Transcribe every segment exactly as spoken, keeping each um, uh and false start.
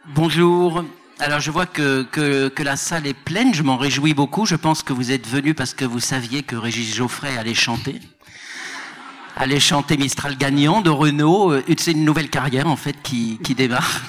Bonjour. Alors je vois que, que, que la salle est pleine, je m'en réjouis beaucoup. Je pense que vous êtes venus parce que vous saviez que Régis Geoffrey allait chanter. Allait chanter Mistral gagnant de Renaud. C'est une nouvelle carrière en fait qui, qui démarre.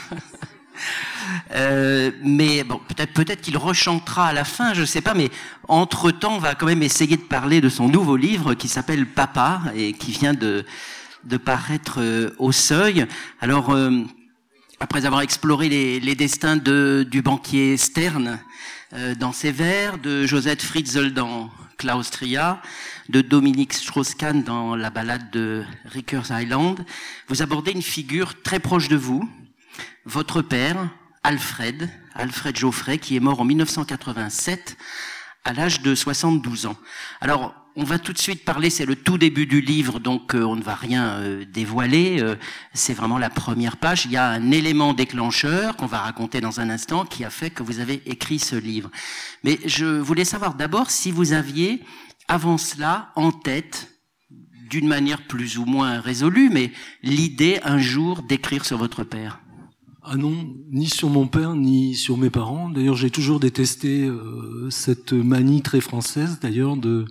Euh, mais bon, peut-être peut-être qu'il rechantera à la fin, je sais pas, mais entre-temps, on va quand même essayer de parler de son nouveau livre qui s'appelle Papa et qui vient de, de paraître euh, au Seuil. Alors, euh, après avoir exploré les, les destins de, du banquier Stern euh, dans ses vers, de Josette Fritzl dans Klaus Tria, de Dominique Strauss-Kahn dans la ballade de Rikers Island, vous abordez une figure très proche de vous, votre père, Alfred, Alfred Geoffrey, qui est mort en mille neuf cent quatre-vingt-sept à l'âge de soixante-douze ans. Alors, on va tout de suite parler, c'est le tout début du livre, donc euh, on ne va rien euh, dévoiler, euh, c'est vraiment la première page. Il y a un élément déclencheur qu'on va raconter dans un instant qui a fait que vous avez écrit ce livre. Mais je voulais savoir d'abord si vous aviez, avant cela, en tête, d'une manière plus ou moins résolue, mais l'idée un jour d'écrire sur votre père. Ah non, ni sur mon père, ni sur mes parents. D'ailleurs, j'ai toujours détesté euh, cette manie très française, d'ailleurs, de,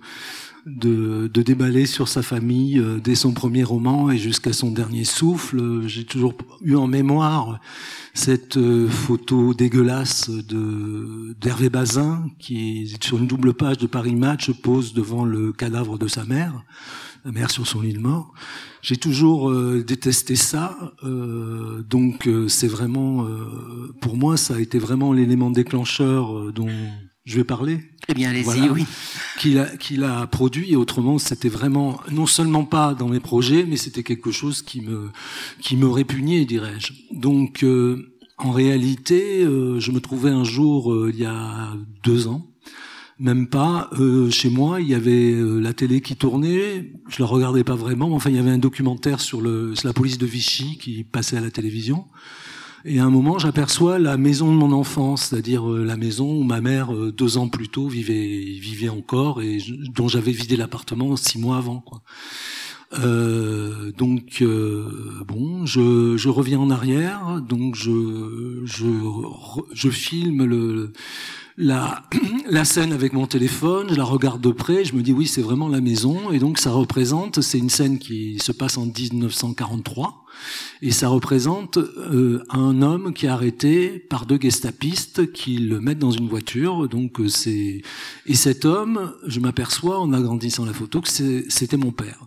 de, de déballer sur sa famille euh, dès son premier roman et jusqu'à son dernier souffle. J'ai toujours eu en mémoire cette euh, photo dégueulasse de d'Hervé Bazin, qui, sur une double page de Paris Match, pose devant le cadavre de sa mère, la mère sur son lit de mort. J'ai toujours euh, détesté ça, euh, donc euh, c'est vraiment, euh, pour moi, ça a été vraiment l'élément déclencheur euh, dont je vais parler. Eh bien, allez-y, voilà, oui. Qu'il a, qu'il a produit, et autrement, c'était vraiment, non seulement pas dans mes projets, mais c'était quelque chose qui me, qui me répugnait, dirais-je. Donc, euh, en réalité, euh, je me trouvais un jour, euh, il y a deux ans, même pas, euh, chez moi, il y avait euh, la télé qui tournait, je la regardais pas vraiment, mais enfin, il y avait un documentaire sur, le, sur la police de Vichy qui passait à la télévision. Et à un moment, j'aperçois la maison de mon enfance, c'est-à-dire euh, la maison où ma mère, euh, deux ans plus tôt, vivait, vivait encore et je, dont j'avais vidé l'appartement six mois avant, quoi. Euh, donc euh, bon, je, je reviens en arrière, donc je, je, je filme le... La, la scène avec mon téléphone, je la regarde de près, je me dis oui, c'est vraiment la maison, et donc ça représente, c'est une scène qui se passe en dix-neuf cent quarante-trois, et ça représente euh, un homme qui est arrêté par deux gestapistes qui le mettent dans une voiture, donc euh, c'est et cet homme, je m'aperçois en agrandissant la photo que c'est, c'était mon père.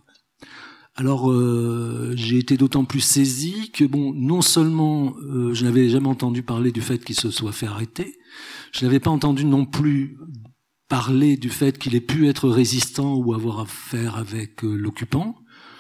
Alors euh, j'ai été d'autant plus saisi que bon, non seulement euh, je n'avais jamais entendu parler du fait qu'il se soit fait arrêter, je n'avais pas entendu non plus parler du fait qu'il ait pu être résistant ou avoir affaire avec euh, l'occupant.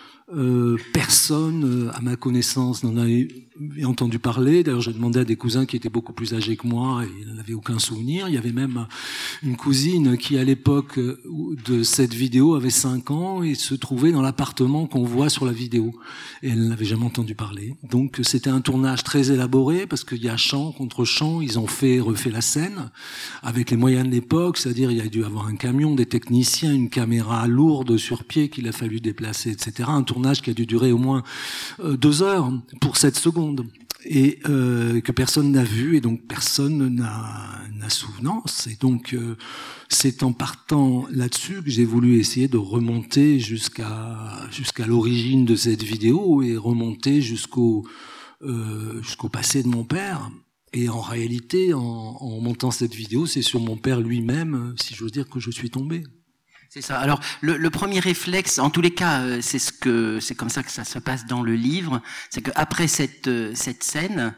Euh, personne, euh, à ma connaissance, n'en avait entendu parler. D'ailleurs, j'ai demandé à des cousins qui étaient beaucoup plus âgés que moi et ils n'avaient aucun souvenir. Il y avait même une cousine qui, à l'époque de cette vidéo, avait cinq ans et se trouvait dans l'appartement qu'on voit sur la vidéo. Et elle n'avait jamais entendu parler. Donc, c'était un tournage très élaboré parce qu'il y a champ contre champ. Ils ont fait, refait la scène avec les moyens de l'époque. C'est-à-dire, il y a dû avoir un camion, des techniciens, une caméra lourde sur pied qu'il a fallu déplacer, et cetera. Un tournage qui a dû durer au moins euh, deux heures pour sept secondes et euh, que personne n'a vu et donc personne n'a, n'a souvenance. Et donc euh, c'est en partant là-dessus que j'ai voulu essayer de remonter jusqu'à jusqu'à l'origine de cette vidéo et remonter jusqu'au euh, jusqu'au passé de mon père. Et en réalité, en, en montant cette vidéo, c'est sur mon père lui-même, si j'ose dire, que je suis tombé. C'est ça. Alors, le, le premier réflexe, en tous les cas, c'est ce que, c'est comme ça que ça se passe dans le livre, c'est qu'après cette cette scène,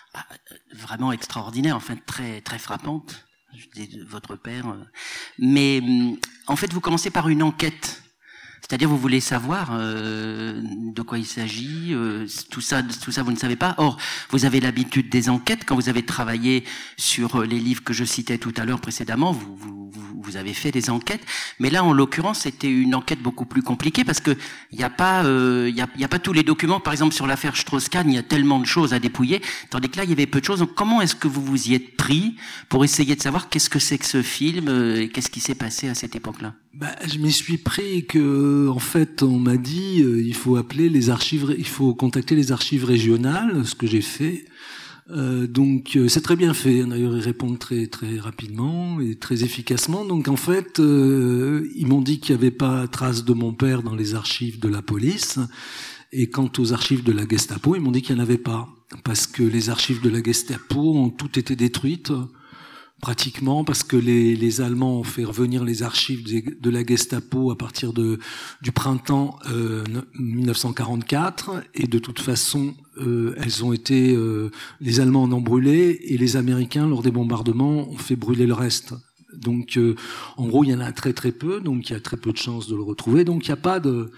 vraiment extraordinaire, enfin très très frappante, je dis de votre père, mais en fait, vous commencez par une enquête. C'est-à-dire, vous voulez savoir euh, de quoi il s'agit, euh, tout ça, tout ça, vous ne savez pas. Or, vous avez l'habitude des enquêtes. Quand vous avez travaillé sur les livres que je citais tout à l'heure précédemment, vous, vous, vous avez fait des enquêtes. Mais là, en l'occurrence, c'était une enquête beaucoup plus compliquée parce que il n'y a pas, euh, il y a, il y a pas tous les documents. Par exemple, sur l'affaire Strauss-Kahn, il y a tellement de choses à dépouiller, tandis que là, il y avait peu de choses. Donc, comment est-ce que vous vous y êtes pris pour essayer de savoir qu'est-ce que c'est que ce film euh, et qu'est-ce qui s'est passé à cette époque-là? Bah, je m'y suis pris que, en fait, on m'a dit, euh, il faut appeler les archives, il faut contacter les archives régionales, ce que j'ai fait. Euh, donc euh, c'est très bien fait. D'ailleurs, ils répondent très très rapidement et très efficacement. Donc en fait, euh, ils m'ont dit qu'il n'y avait pas trace de mon père dans les archives de la police. Et quant aux archives de la Gestapo, ils m'ont dit qu'il n'y en avait pas, parce que les archives de la Gestapo ont toutes été détruites, pratiquement, parce que les, les Allemands ont fait revenir les archives de la Gestapo à partir de du printemps euh, dix-neuf cent quarante-quatre, et de toute façon, euh, elles ont été, euh, les Allemands en ont brûlé, et les Américains, lors des bombardements, ont fait brûler le reste. Donc, euh, en gros, il y en a très très peu, donc il y a très peu de chances de le retrouver. Donc, il n'y a pas de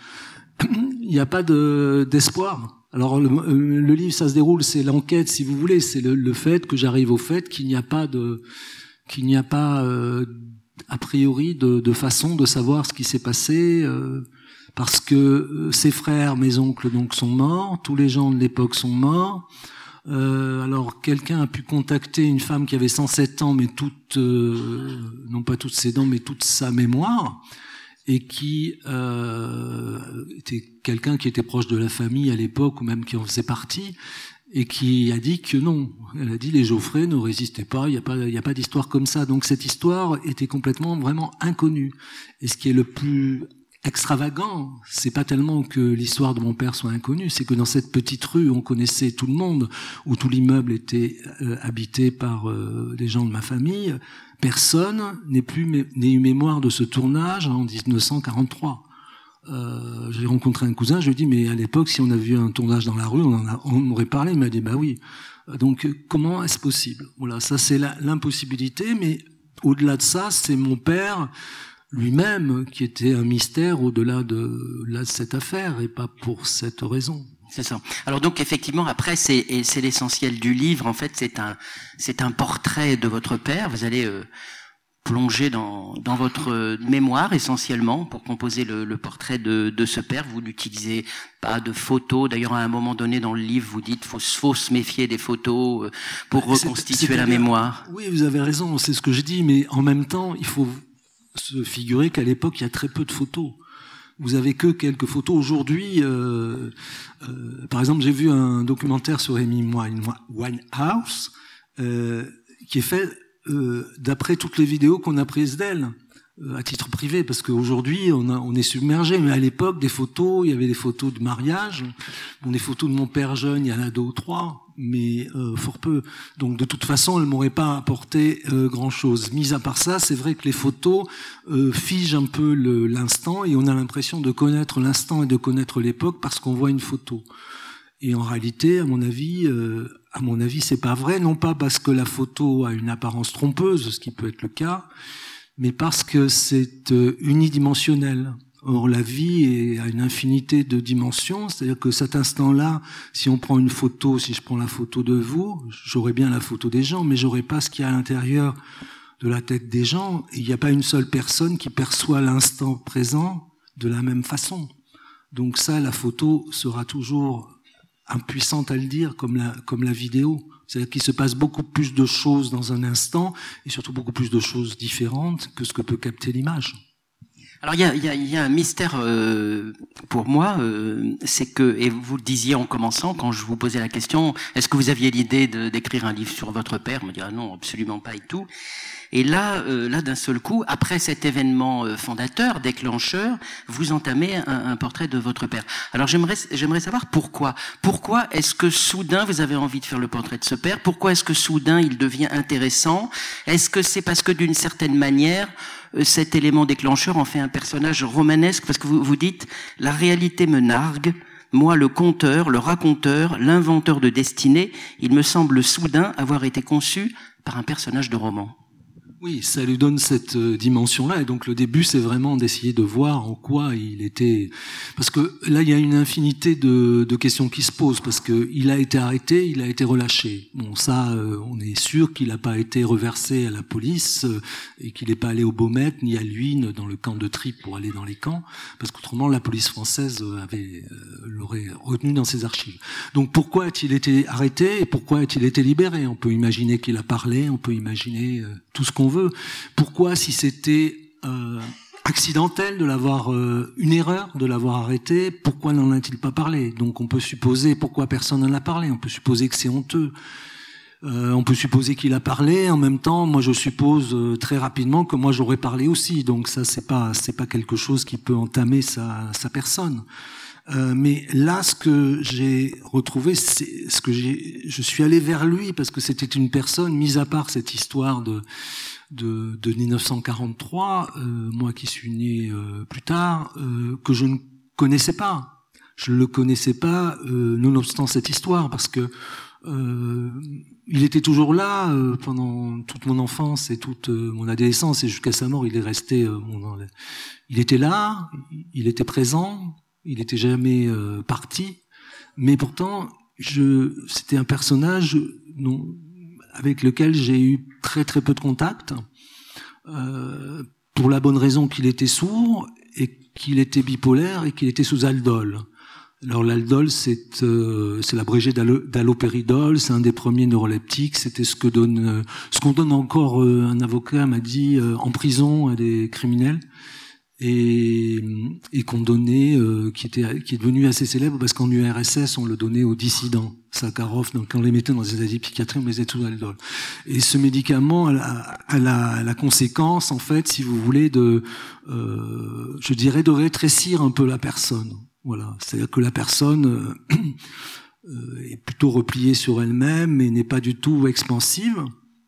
il n'y a pas de, d'espoir. Alors le, le livre, ça se déroule, c'est l'enquête, si vous voulez, c'est le, le fait que j'arrive au fait qu'il n'y a pas de, qu'il n'y a pas euh, a priori de, de façon de savoir ce qui s'est passé, euh, parce que euh, ses frères, mes oncles donc sont morts, tous les gens de l'époque sont morts. Euh, alors quelqu'un a pu contacter une femme qui avait cent sept ans, mais toute, euh, non pas toutes ses dents, mais toute sa mémoire. Et qui euh, était quelqu'un qui était proche de la famille à l'époque, ou même qui en faisait partie, et qui a dit que non. Elle a dit les Geoffrey ne résistaient pas, il n'y a pas, il n'y a pas d'histoire comme ça. Donc cette histoire était complètement, vraiment inconnue. Et ce qui est le plus extravagant, c'est pas tellement que l'histoire de mon père soit inconnue, c'est que dans cette petite rue, on connaissait tout le monde, où tout l'immeuble était euh, habité par euh, des gens de ma famille. Personne n'ait plus n'ait eu mémoire de ce tournage en dix-neuf cent quarante-trois. Euh, j'ai rencontré un cousin, je lui ai dit mais à l'époque si on a vu un tournage dans la rue, on en a, on aurait parlé. Il m'a dit bah oui. Donc comment est-ce possible? Voilà, ça c'est la, l'impossibilité. Mais au-delà de ça, c'est mon père lui-même qui était un mystère au-delà de, là, de cette affaire, et pas pour cette raison. C'est ça. Alors donc effectivement après c'est et c'est l'essentiel du livre. En fait c'est un c'est un portrait de votre père. Vous allez euh, plonger dans dans votre mémoire essentiellement pour composer le, le portrait de de ce père. Vous n'utilisez pas de photos. D'ailleurs à un moment donné dans le livre vous dites faut faut se méfier des photos euh, pour reconstituer c'est, c'est la mémoire. Oui, vous avez raison. C'est ce que je dis. Mais en même temps il faut se figurer qu'à l'époque il y a très peu de photos. Vous avez que quelques photos. Aujourd'hui, euh, euh, par exemple, j'ai vu un documentaire sur Amy Winehouse euh, qui est fait euh, d'après toutes les vidéos qu'on a prises d'elle euh, à titre privé, parce qu'aujourd'hui on, a, on est submergé. Mais à l'époque, des photos, il y avait des photos de mariage, bon, des photos de mon père jeune, il y en a deux ou trois, mais euh, fort peu. Donc de toute façon, elles m'auraient pas apporté euh, grand-chose. Mis à part ça, c'est vrai que les photos euh, figent un peu le, l'instant, et on a l'impression de connaître l'instant et de connaître l'époque parce qu'on voit une photo. Et en réalité, à mon avis, euh, à mon avis, c'est pas vrai. Non pas parce que la photo a une apparence trompeuse, ce qui peut être le cas, mais parce que c'est euh, unidimensionnel. Or, la vie a une infinité de dimensions, c'est-à-dire que cet instant-là, si on prend une photo, si je prends la photo de vous, j'aurai bien la photo des gens, mais j'aurai pas ce qu'il y a à l'intérieur de la tête des gens. Il n'y a pas une seule personne qui perçoit l'instant présent de la même façon. Donc ça, la photo sera toujours impuissante à le dire, comme la, comme la vidéo. C'est-à-dire qu'il se passe beaucoup plus de choses dans un instant, et surtout beaucoup plus de choses différentes que ce que peut capter l'image. Alors il y a, il y a, il y a un mystère euh, pour moi, euh, c'est que, et vous le disiez en commençant, quand je vous posais la question, est-ce que vous aviez l'idée de, d'écrire un livre sur votre père? On me dirait non, absolument pas et tout. Et là, euh, là d'un seul coup, après cet événement euh, fondateur, déclencheur, vous entamez un, un portrait de votre père. Alors j'aimerais, j'aimerais savoir pourquoi. Pourquoi est-ce que soudain vous avez envie de faire le portrait de ce père? Pourquoi est-ce que soudain il devient intéressant? Est-ce que c'est parce que d'une certaine manière cet élément déclencheur en fait un personnage romanesque, parce que vous vous dites la réalité me nargue, moi le conteur, le raconteur, l'inventeur de destinée, il me semble soudain avoir été conçu par un personnage de roman. Oui, ça lui donne cette dimension-là. Et donc le début, c'est vraiment d'essayer de voir en quoi il était... Parce que là, il y a une infinité de, de questions qui se posent. Parce que il a été arrêté, il a été relâché. Bon, ça, euh, on est sûr qu'il n'a pas été reversé à la police euh, et qu'il n'est pas allé au Baumette ni à Luynes dans le camp de Tripes pour aller dans les camps. Parce qu'autrement, la police française avait euh, l'aurait retenu dans ses archives. Donc pourquoi a-t-il été arrêté et pourquoi a-t-il été libéré? On peut imaginer qu'il a parlé, on peut imaginer euh, tout ce qu'on veut. Pourquoi, si c'était euh, accidentel de l'avoir, euh, une erreur de l'avoir arrêté, pourquoi n'en a-t-il pas parlé? Donc on peut supposer pourquoi personne n'en a parlé. On peut supposer que c'est honteux. Euh, on peut supposer qu'il a parlé. En même temps, moi, je suppose euh, très rapidement que moi, j'aurais parlé aussi. Donc ça, c'est pas, c'est pas quelque chose qui peut entamer sa, sa personne. Euh, mais là, ce que j'ai retrouvé, c'est ce que j'ai. Je suis allé vers lui parce que c'était une personne, mis à part cette histoire de de, de mille neuf cent quarante-trois, euh, moi qui suis né euh, plus tard, euh, que je ne connaissais pas. Je ne le connaissais pas, euh, nonobstant cette histoire, parce que euh, il était toujours là euh, pendant toute mon enfance et toute euh, mon adolescence et jusqu'à sa mort. Il est resté. Euh, bon, il était là, il était présent. Il n'était jamais euh, parti, mais pourtant, je, c'était un personnage non, avec lequel j'ai eu très très peu de contact, euh, pour la bonne raison qu'il était sourd et qu'il était bipolaire et qu'il était sous Aldol. Alors l'Aldol, c'est euh, c'est l'abrégé d'allopéridol, c'est un des premiers neuroleptiques. C'était ce que donne, euh, ce qu'on donne encore. Euh, un avocat m'a dit euh, en prison à des criminels. Et, et qu'on donnait, euh, qui était, qui est devenu assez célèbre parce qu'en U R S S on le donnait aux dissidents. Sakharov, donc quand on les mettait dans des asiles psychiatriques, on les mettait sous Aldol. Et ce médicament a, a, la, a la conséquence, en fait, si vous voulez, de, euh, je dirais, de rétrécir un peu la personne. Voilà, c'est-à-dire que la personne euh, est plutôt repliée sur elle-même et n'est pas du tout expansive.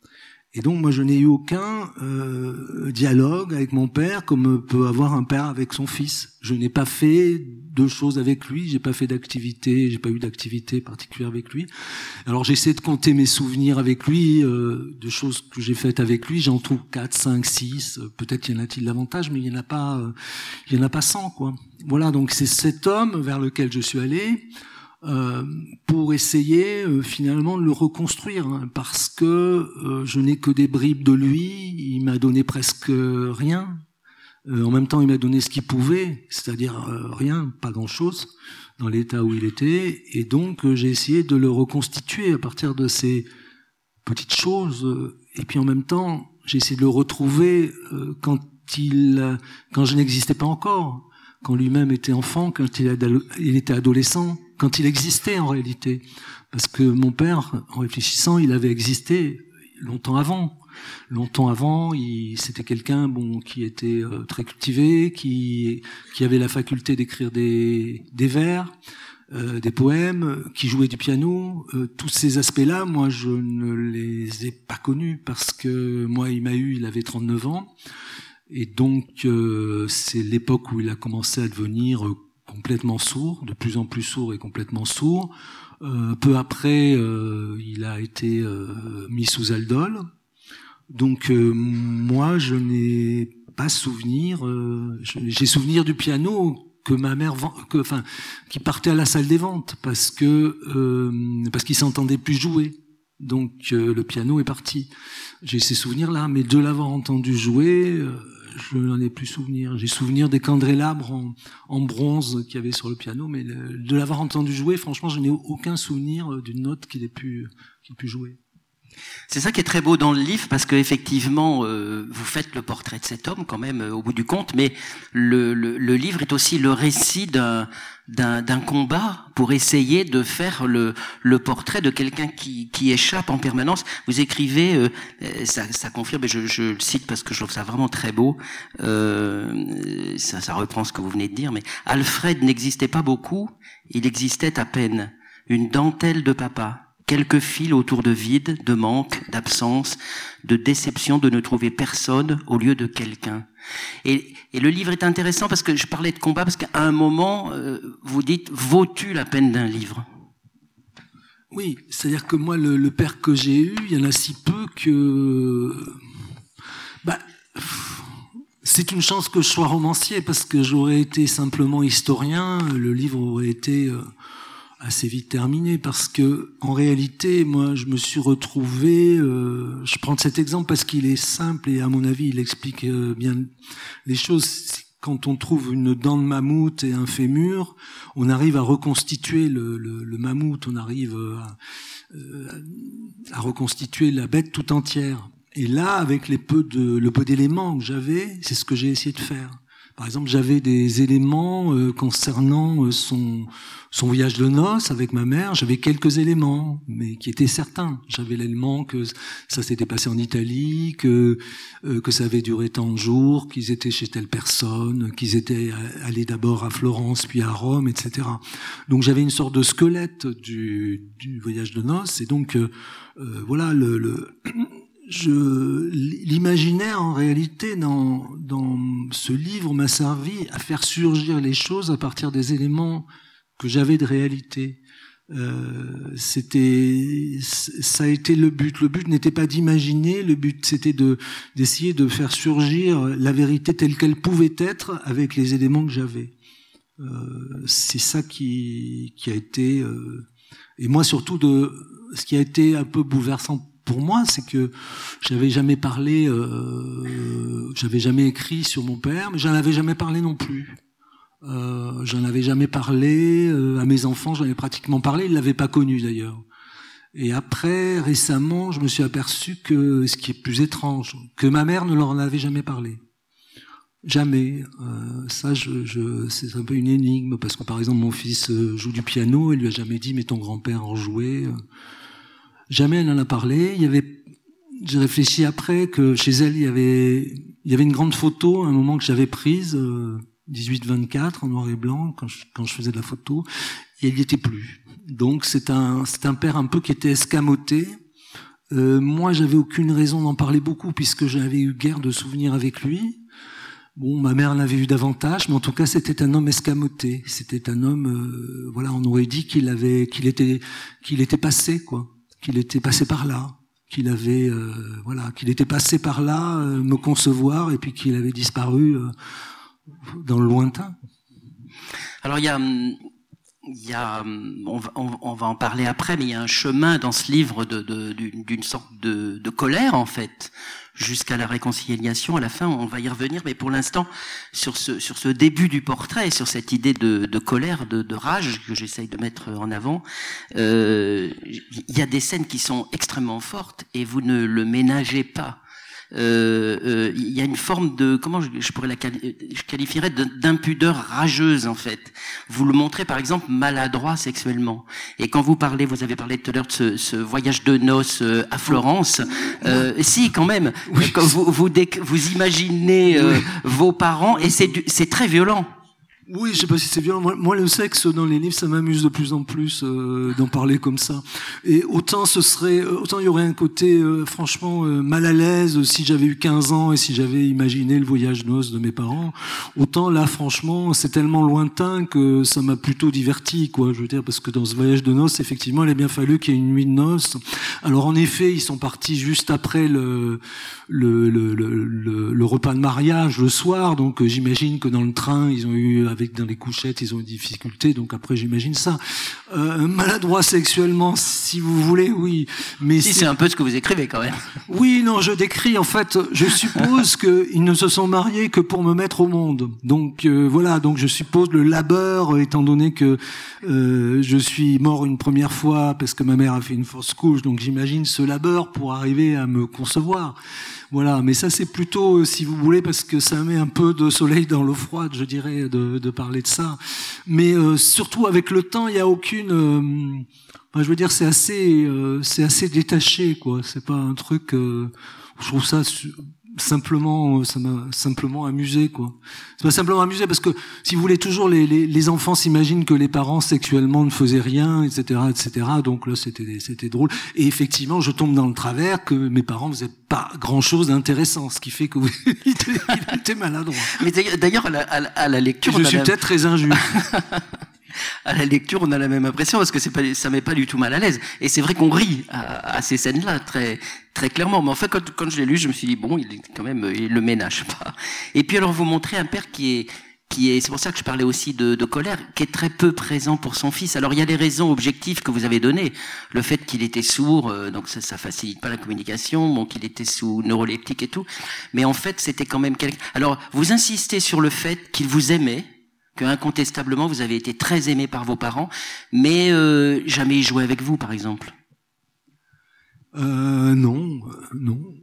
Et donc, moi, je n'ai eu aucun euh, dialogue avec mon père comme peut avoir un père avec son fils. Je n'ai pas fait de choses avec lui, j'ai pas fait d'activité, j'ai pas eu d'activité particulière avec lui. Alors, j'essaie de compter mes souvenirs avec lui, euh, de choses que j'ai faites avec lui. J'en trouve quatre, cinq, six. Peut-être y en a-t-il davantage, mais il y en a pas, euh, il y en a pas cent, quoi. Voilà. Donc, c'est cet homme vers lequel je suis allé. Euh, pour essayer euh, finalement de le reconstruire, hein, parce que euh, je n'ai que des bribes de lui, il m'a donné presque rien, euh, en même temps il m'a donné ce qu'il pouvait, c'est-à-dire euh, rien, pas grand-chose, dans l'état où il était, et donc euh, j'ai essayé de le reconstituer à partir de ces petites choses, euh, et puis en même temps j'ai essayé de le retrouver euh, quand il, quand je n'existais pas encore, quand lui-même était enfant, quand il, il était adolescent, quand il existait en réalité. Parce que mon père, en réfléchissant, il avait existé longtemps avant. Longtemps avant, il, c'était quelqu'un bon qui était euh, très cultivé, qui, qui avait la faculté d'écrire des, des vers, euh, des poèmes, qui jouait du piano. Euh, tous ces aspects-là, moi, je ne les ai pas connus parce que moi, il m'a eu, il avait trente-neuf ans. Et donc, euh, c'est l'époque où il a commencé à devenir euh, complètement sourd, de plus en plus sourd et complètement sourd. Euh, peu après, euh, il a été euh, mis sous Aldol. Donc, euh, moi, je n'ai pas souvenir. Euh, j'ai souvenir du piano que ma mère, que, enfin, qui partait à la salle des ventes parce que euh, parce qu'il s'entendait plus jouer. Donc, euh, le piano est parti. J'ai ces souvenirs-là, mais de l'avoir entendu jouer. Euh, je n'en ai plus souvenir. J'ai souvenir des candélabres en, en bronze qu'il y avait sur le piano, mais le, de l'avoir entendu jouer, franchement, je n'ai aucun souvenir d'une note qu'il ait pu, qu'il ait pu jouer. C'est ça qui est très beau dans le livre, parce que effectivement, euh, vous faites le portrait de cet homme quand même euh, au bout du compte, mais le, le, le livre est aussi le récit d'un, d'un, d'un combat pour essayer de faire le, le portrait de quelqu'un qui, qui échappe en permanence. Vous écrivez, euh, ça, ça confirme, et je, je le cite parce que je trouve ça vraiment très beau. Euh, ça, ça reprend ce que vous venez de dire, mais Alfred n'existait pas beaucoup, il existait à peine. Une dentelle de papa. Quelques fils autour de vide, de manque, d'absence, de déception de ne trouver personne au lieu de quelqu'un. Et, et le livre est intéressant parce que je parlais de combat, parce qu'à un moment, euh, vous dites, vaut-tu la peine d'un livre ? Oui, c'est-à-dire que moi, le, le père que j'ai eu, il y en a si peu que... Bah, c'est une chance que je sois romancier, parce que j'aurais été simplement historien, le livre aurait été... Euh, assez vite terminé, parce que en réalité, moi, je me suis retrouvé. Euh, je prends cet exemple parce qu'il est simple et à mon avis, il explique euh, bien les choses. Quand on trouve une dent de mammouth et un fémur, on arrive à reconstituer le, le, le mammouth, on arrive à, à reconstituer la bête tout entière. Et là, avec les peu de, le peu d'éléments que j'avais, c'est ce que j'ai essayé de faire. Par exemple, j'avais des éléments euh, concernant euh, son son voyage de noces avec ma mère. J'avais quelques éléments, mais qui étaient certains. J'avais l'élément que ça s'était passé en Italie, que euh, que ça avait duré tant de jours, qu'ils étaient chez telle personne, qu'ils étaient allés d'abord à Florence puis à Rome, et cetera. Donc j'avais une sorte de squelette du du voyage de noces, et donc euh, euh, voilà le, le Je, l'imaginaire, en réalité, dans, dans ce livre, m'a servi à faire surgir les choses à partir des éléments que j'avais de réalité. Euh, c'était, ça a été le but. Le but n'était pas d'imaginer, le but c'était de, d'essayer de faire surgir la vérité telle qu'elle pouvait être avec les éléments que j'avais. Euh, c'est ça qui, qui a été, euh, et moi surtout de, ce qui a été un peu bouleversant pour moi, c'est que j'avais jamais parlé, euh, j'avais jamais écrit sur mon père, mais j'en avais jamais parlé non plus. Euh, j'en avais jamais parlé euh, à mes enfants, j'en avais pratiquement parlé, ils l'avaient pas connu d'ailleurs. Et après, récemment, je me suis aperçu que, ce qui est plus étrange, que ma mère ne leur en avait jamais parlé. Jamais. Euh, ça, je, je, c'est un peu une énigme, parce que par exemple, mon fils joue du piano, elle lui a jamais dit, mais ton grand-père en jouait. Jamais elle n'en a parlé. Il y avait, j'ai réfléchi après que chez elle, il y avait, il y avait une grande photo, à un moment que j'avais prise, euh, dix-huit vingt-quatre, en noir et blanc, quand je, quand je faisais de la photo, et elle n'y était plus. Donc c'est un, c'est un père un peu qui était escamoté. Euh, moi, j'avais aucune raison d'en parler beaucoup, puisque j'avais eu guère de souvenirs avec lui. Bon, ma mère l'avait eu davantage, mais en tout cas, c'était un homme escamoté. C'était un homme, euh, voilà, on aurait dit qu'il avait, qu'il était, qu'il était passé, quoi. Qu'il était passé par là, qu'il avait, euh, voilà, qu'il était passé par là, euh, me concevoir, et puis qu'il avait disparu euh, dans le lointain. Alors il y a, il y a, on va, on va en parler après, mais il y a un chemin dans ce livre de, de, d'une, d'une sorte de, de colère en fait, jusqu'à la réconciliation. À la fin, on va y revenir, mais pour l'instant, sur ce, sur ce début du portrait, sur cette idée de, de colère, de, de rage que j'essaye de mettre en avant, euh, il y a des scènes qui sont extrêmement fortes et vous ne le ménagez pas. Euh, euh, il y a une forme de, comment je, je pourrais la quali- je qualifierais de, d'impudeur rageuse en fait. Vous le montrez par exemple maladroit sexuellement. Et quand vous parlez, vous avez parlé tout à l'heure de ce, ce voyage de noces euh, à Florence. Euh, si quand même, oui. Quand vous vous, déc- vous imaginez euh, oui. vos parents et c'est du, c'est très violent. Oui, je sais pas si c'est violent. Moi, moi, le sexe dans les livres, ça m'amuse de plus en plus euh, d'en parler comme ça. Et autant ce serait, autant il y aurait un côté euh, franchement euh, mal à l'aise si j'avais eu quinze ans et si j'avais imaginé le voyage noces de mes parents. Autant là, franchement, c'est tellement lointain que ça m'a plutôt diverti, quoi. Je veux dire, parce que dans ce voyage de noces, effectivement, il a bien fallu qu'il y ait une nuit de noces. Alors en effet, ils sont partis juste après le le le le, le, le repas de mariage le soir. Donc euh, j'imagine que dans le train, ils ont eu avec dans les couchettes, ils ont eu des difficultés, donc après j'imagine ça. Euh, maladroit sexuellement, si vous voulez, oui. Mais si c'est... c'est un peu ce que vous écrivez quand même. Oui, non, je décris en fait. Je suppose qu'ils ne se sont mariés que pour me mettre au monde. Donc euh, voilà, donc je suppose le labeur, étant donné que euh, je suis mort une première fois parce que ma mère a fait une fausse couche, donc j'imagine ce labeur pour arriver à me concevoir. Voilà, mais ça c'est plutôt, si vous voulez, parce que ça met un peu de soleil dans l'eau froide, je dirais, de, de parler de ça. Mais euh, surtout avec le temps, il y a aucune. Euh, enfin, je veux dire, c'est assez, euh, c'est assez détaché, quoi. C'est pas un truc. Euh, je trouve ça simplement, ça m'a simplement amusé, quoi. Ça m'a simplement amusé parce que, si vous voulez, toujours les, les, les enfants s'imaginent que les parents sexuellement ne faisaient rien, et cetera, et cetera. Donc là, c'était, c'était drôle. Et effectivement, je tombe dans le travers que mes parents faisaient pas grand-chose d'intéressant, ce qui fait que il était, il était maladroit. Mais d'ailleurs, à la, à la lecture, je suis peut-être très injuste. À la lecture, on a la même impression parce que c'est pas, ça met pas du tout mal à l'aise. Et c'est vrai qu'on rit à, à ces scènes-là très, très clairement. Mais en fait, quand, quand je l'ai lu, je me suis dit bon, il est quand même, il le ménage pas. Et puis alors, vous montrez un père qui est, qui est, c'est pour ça que je parlais aussi de, de colère, qui est très peu présent pour son fils. Alors il y a des raisons objectives que vous avez données. Le fait qu'il était sourd, euh, donc ça, ça facilite pas la communication, bon, qu'il était sous neuroleptique et tout. Mais en fait, c'était quand même quelqu'un. Alors, vous insistez sur le fait qu'il vous aimait, que incontestablement vous avez été très aimé par vos parents, mais euh, jamais il jouait avec vous, par exemple. Euh, non, non. Euh,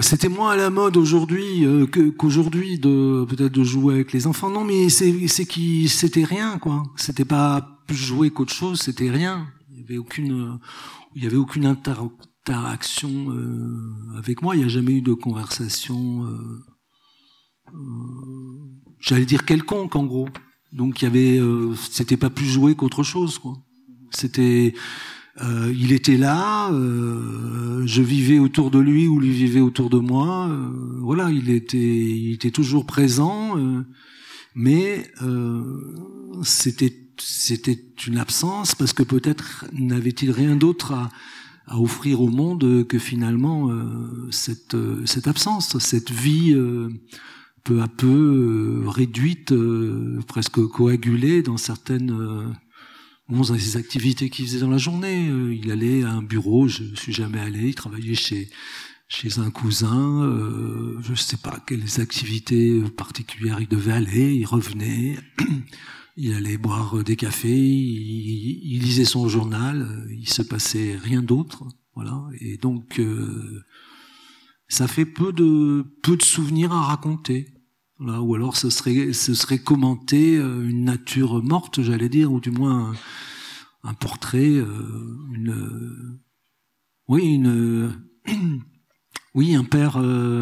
c'était moins à la mode aujourd'hui euh, que, qu'aujourd'hui de peut-être de jouer avec les enfants. Non, mais c'est c'est qui c'était rien quoi. C'était pas plus jouer qu'autre chose, c'était rien. Il y avait aucune il y avait aucune inter- interaction euh, avec moi. Il n'y a jamais eu de conversation. Euh, euh, j'allais dire quelconque en gros. Donc il y avait euh, c'était pas plus jouer qu'autre chose quoi. C'était Euh, il était là, euh, je vivais autour de lui ou lui vivait autour de moi. Euh, voilà, il était, il était toujours présent, euh, mais euh, c'était, c'était une absence parce que peut-être n'avait-il rien d'autre à, à offrir au monde que finalement euh, cette, cette absence, cette vie euh, peu à peu euh, réduite, euh, presque coagulée dans certaines euh, Bon, dans les activités qu'il faisait dans la journée, euh, il allait à un bureau, je ne suis jamais allé, il travaillait chez chez un cousin, euh, je ne sais pas quelles activités particulières il devait aller, il revenait, il allait boire des cafés, il, il lisait son journal, il se passait rien d'autre, voilà. Et donc euh, ça fait peu de peu de souvenirs à raconter. Là, ou alors ce serait ce serait commenter une nature morte, j'allais dire, ou du moins un, un portrait, une oui une oui un père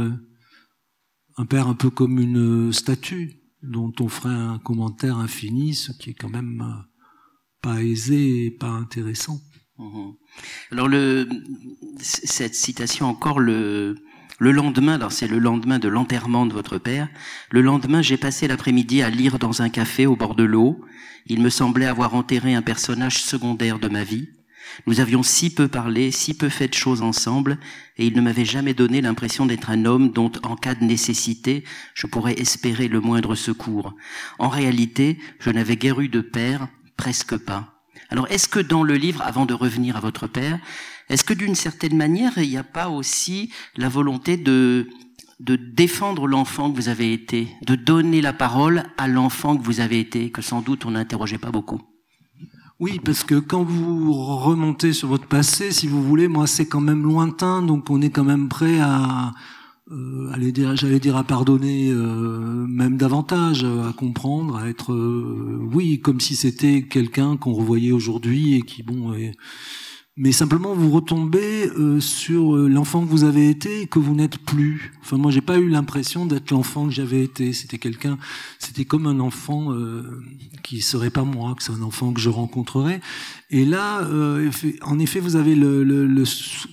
un père un peu comme une statue dont on ferait un commentaire infini, ce qui est quand même pas aisé et pas intéressant. Mmh. Alors le cette citation encore le Le lendemain, alors c'est le lendemain de l'enterrement de votre père, le lendemain j'ai passé l'après-midi à lire dans un café au bord de l'eau. Il me semblait avoir enterré un personnage secondaire de ma vie. Nous avions si peu parlé, si peu fait de choses ensemble, et il ne m'avait jamais donné l'impression d'être un homme dont, en cas de nécessité, je pourrais espérer le moindre secours. En réalité, je n'avais guère eu de père, presque pas. Alors est-ce que dans le livre, avant de revenir à votre père, est-ce que d'une certaine manière, il n'y a pas aussi la volonté de, de défendre l'enfant que vous avez été, de donner la parole à l'enfant que vous avez été, que sans doute on n'interrogeait pas beaucoup? Oui, parce que quand vous remontez sur votre passé, si vous voulez, moi c'est quand même lointain, donc on est quand même prêt à, euh, allez dire, j'allais dire à pardonner, euh, même davantage, à comprendre, à être, euh, oui, comme si c'était quelqu'un qu'on revoyait aujourd'hui et qui, bon... Est, mais simplement vous retombez euh, sur l'enfant que vous avez été et que vous n'êtes plus. Enfin, moi, j'ai pas eu l'impression d'être l'enfant que j'avais été. C'était quelqu'un, c'était comme un enfant euh, qui serait pas moi, que c'est un enfant que je rencontrerais. Et là, euh, en effet, vous avez le, le, le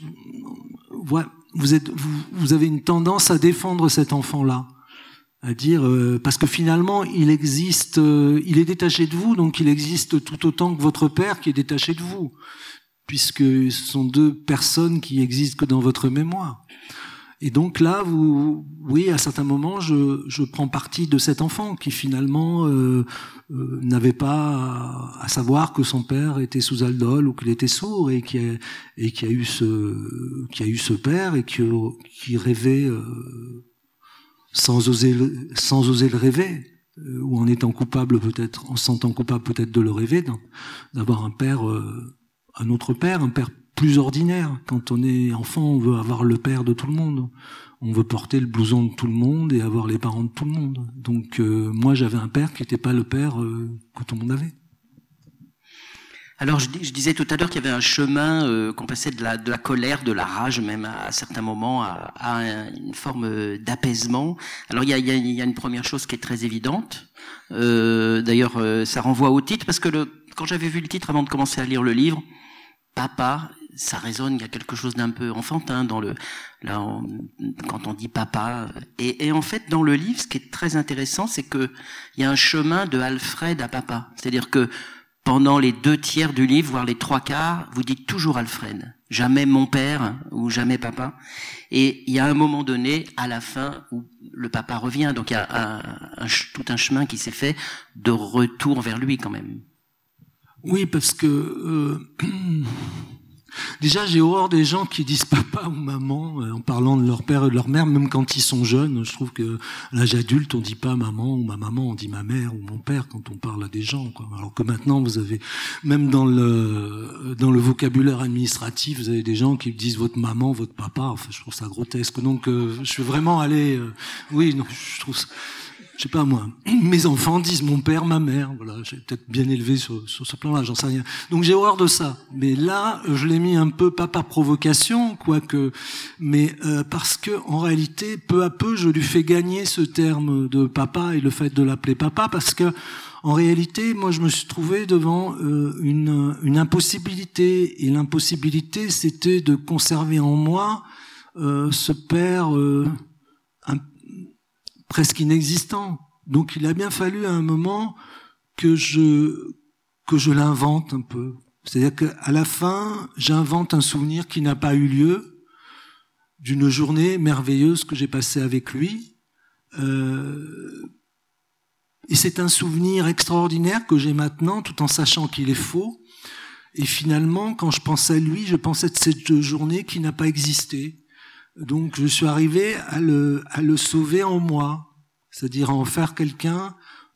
vous êtes, vous, vous avez une tendance à défendre cet enfant-là, à dire euh, parce que finalement, il existe, euh, il est détaché de vous, donc il existe tout autant que votre père qui est détaché de vous, puisque ce sont deux personnes qui existent que dans votre mémoire. Et donc là, vous, oui, à certains moments, je, je prends parti de cet enfant qui finalement euh, euh, n'avait pas à, à savoir que son père était sous aldol ou qu'il était sourd et qui a, et qui a eu ce, qui a eu ce père et qui, qui rêvait euh, sans oser, le, sans oser le rêver, euh, ou en étant coupable peut-être, en se sentant coupable peut-être de le rêver, d'avoir un père. Euh, un autre père, un père plus ordinaire. Quand on est enfant, on veut avoir le père de tout le monde. On veut porter le blouson de tout le monde et avoir les parents de tout le monde. Donc euh, moi, j'avais un père qui n'était pas le père euh, que tout le monde avait. Alors je, je disais tout à l'heure qu'il y avait un chemin, euh, qu'on passait de la, de la colère, de la rage même à, à certains moments, à, à une forme d'apaisement. Alors il y a, il y a, il y a une première chose qui est très évidente. Euh, d'ailleurs, euh, ça renvoie au titre, parce que le, quand j'avais vu le titre avant de commencer à lire le livre, papa, ça résonne, il y a quelque chose d'un peu enfantin dans le, là, on, quand on dit papa. Et, et en fait, dans le livre, ce qui est très intéressant, c'est que il y a un chemin de Alfred à papa. C'est-à-dire que pendant les deux tiers du livre, voire les trois quarts, vous dites toujours Alfred. Jamais mon père ou jamais papa. Et il y a un moment donné, à la fin, où le papa revient. Donc il y a un, un, tout un chemin qui s'est fait de retour vers lui quand même. Oui, parce que euh, déjà j'ai horreur des gens qui disent papa ou maman, parlant de leur père et de leur mère, même quand ils sont jeunes. Je trouve que à l'âge adulte, on dit pas maman ou ma maman, on dit ma mère ou mon père quand on parle à des gens, quoi. Alors que maintenant, vous avez, même dans le dans le vocabulaire administratif, vous avez des gens qui disent votre maman, votre papa. Enfin, je trouve ça grotesque. Donc, euh, je suis vraiment allé. Euh, oui, non, je trouve ça. Je sais pas moi, mes enfants disent mon père, ma mère, voilà, j'ai peut-être bien élevé sur, sur ce plan-là, j'en sais rien. Donc j'ai horreur de ça. Mais là, je l'ai mis un peu, pas par provocation, quoique, mais euh, parce que en réalité, peu à peu, je lui fais gagner ce terme de papa et le fait de l'appeler papa, parce que en réalité, moi, je me suis trouvé devant euh, une, une impossibilité, et l'impossibilité, c'était de conserver en moi euh, ce père euh, un presque inexistant. Donc il a bien fallu à un moment que je que je l'invente un peu. C'est-à-dire qu'à la fin, j'invente un souvenir qui n'a pas eu lieu d'une journée merveilleuse que j'ai passée avec lui. Euh, et c'est un souvenir extraordinaire que j'ai maintenant, tout en sachant qu'il est faux. Et finalement, quand je pense à lui, je pense à cette journée qui n'a pas existé. Donc je suis arrivé à le, à le sauver en moi, c'est-à-dire à en faire quelqu'un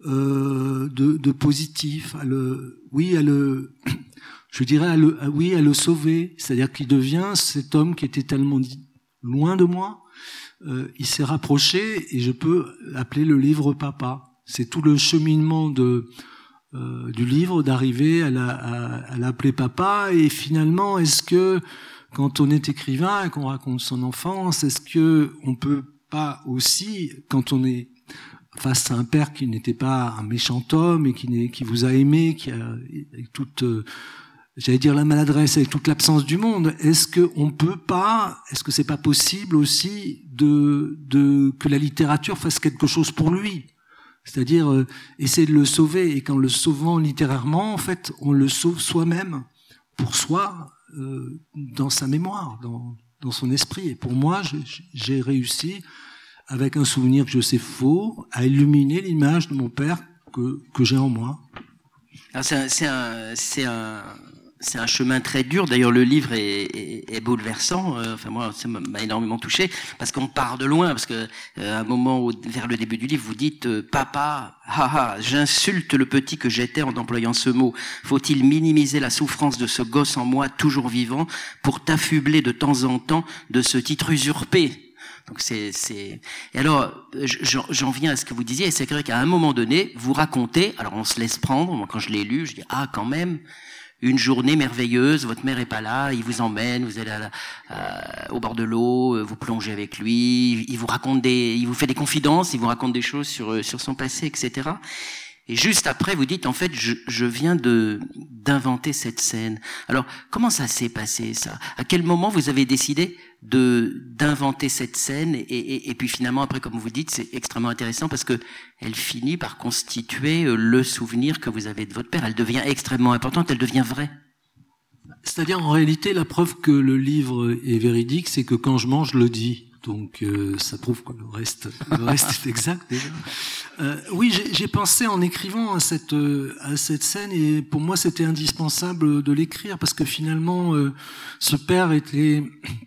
euh, de, de positif, à le, oui, à le, je dirais à le, à, oui, à le sauver, c'est-à-dire qu'il devient cet homme qui était tellement loin de moi, euh, il s'est rapproché et je peux appeler le livre Papa. C'est tout le cheminement de euh, du livre d'arriver à, la, à, à l'appeler Papa. Et finalement, est-ce que quand on est écrivain et qu'on raconte son enfance, est-ce que on peut pas aussi, quand on est face à un père qui n'était pas un méchant homme et qui, n'est, qui vous a aimé, qui a avec toute, euh, j'allais dire la maladresse, avec toute l'absence du monde, est-ce que on peut pas, est-ce que c'est pas possible aussi de, de que la littérature fasse quelque chose pour lui, c'est-à-dire euh, essayer de le sauver, et qu'en le sauvant littérairement, en fait, on le sauve soi-même, pour soi. Euh, dans sa mémoire, dans, dans son esprit. Et pour moi, j'ai, j'ai réussi, avec un souvenir que je sais faux, à illuminer l'image de mon père que, que j'ai en moi. Alors c'est un, c'est un, c'est un, c'est un chemin très dur. D'ailleurs, le livre est, est, est bouleversant. Euh, enfin, moi, ça m'a énormément touché, parce qu'on part de loin, parce que euh, à un moment, au, vers le début du livre, vous dites euh, « Papa, haha, j'insulte le petit que j'étais en employant ce mot. Faut-il minimiser la souffrance de ce gosse en moi, toujours vivant, pour t'affubler de temps en temps de ce titre usurpé ?» Donc c'est, c'est. Et alors, j'en, j'en viens à ce que vous disiez. Et c'est vrai qu'à un moment donné, vous racontez. Alors, on se laisse prendre. Moi, quand je l'ai lu, je dis ah, quand même, une journée merveilleuse. Votre mère est pas là. Il vous emmène. Vous allez à la, à, au bord de l'eau. Vous plongez avec lui. Il vous raconte des. Il vous fait des confidences. Il vous raconte des choses sur sur son passé, et cetera. Et juste après, vous dites, en fait, je, je viens de d'inventer cette scène. Alors, comment ça s'est passé, ça ? À quel moment vous avez décidé de d'inventer cette scène ? et, et, et puis finalement, après, comme vous dites, c'est extrêmement intéressant parce que elle finit par constituer le souvenir que vous avez de votre père. Elle devient extrêmement importante, elle devient vraie. C'est-à-dire, en réalité, la preuve que le livre est véridique, c'est que quand je mange, je le dis. Donc euh, ça prouve que le reste, le reste est exact déjà. Euh, oui, j'ai, j'ai pensé en écrivant à cette euh, à cette scène, et pour moi c'était indispensable de l'écrire parce que finalement euh, ce père était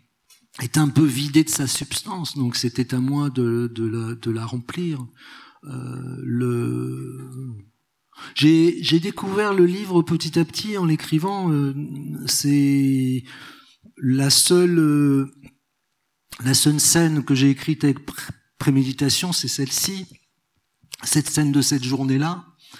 est un peu vidé de sa substance, donc c'était à moi de de la de la remplir. Euh, le j'ai j'ai découvert le livre petit à petit en l'écrivant. Euh, c'est la seule euh, La seule scène que j'ai écrite avec préméditation, c'est celle-ci, cette scène de cette journée-là.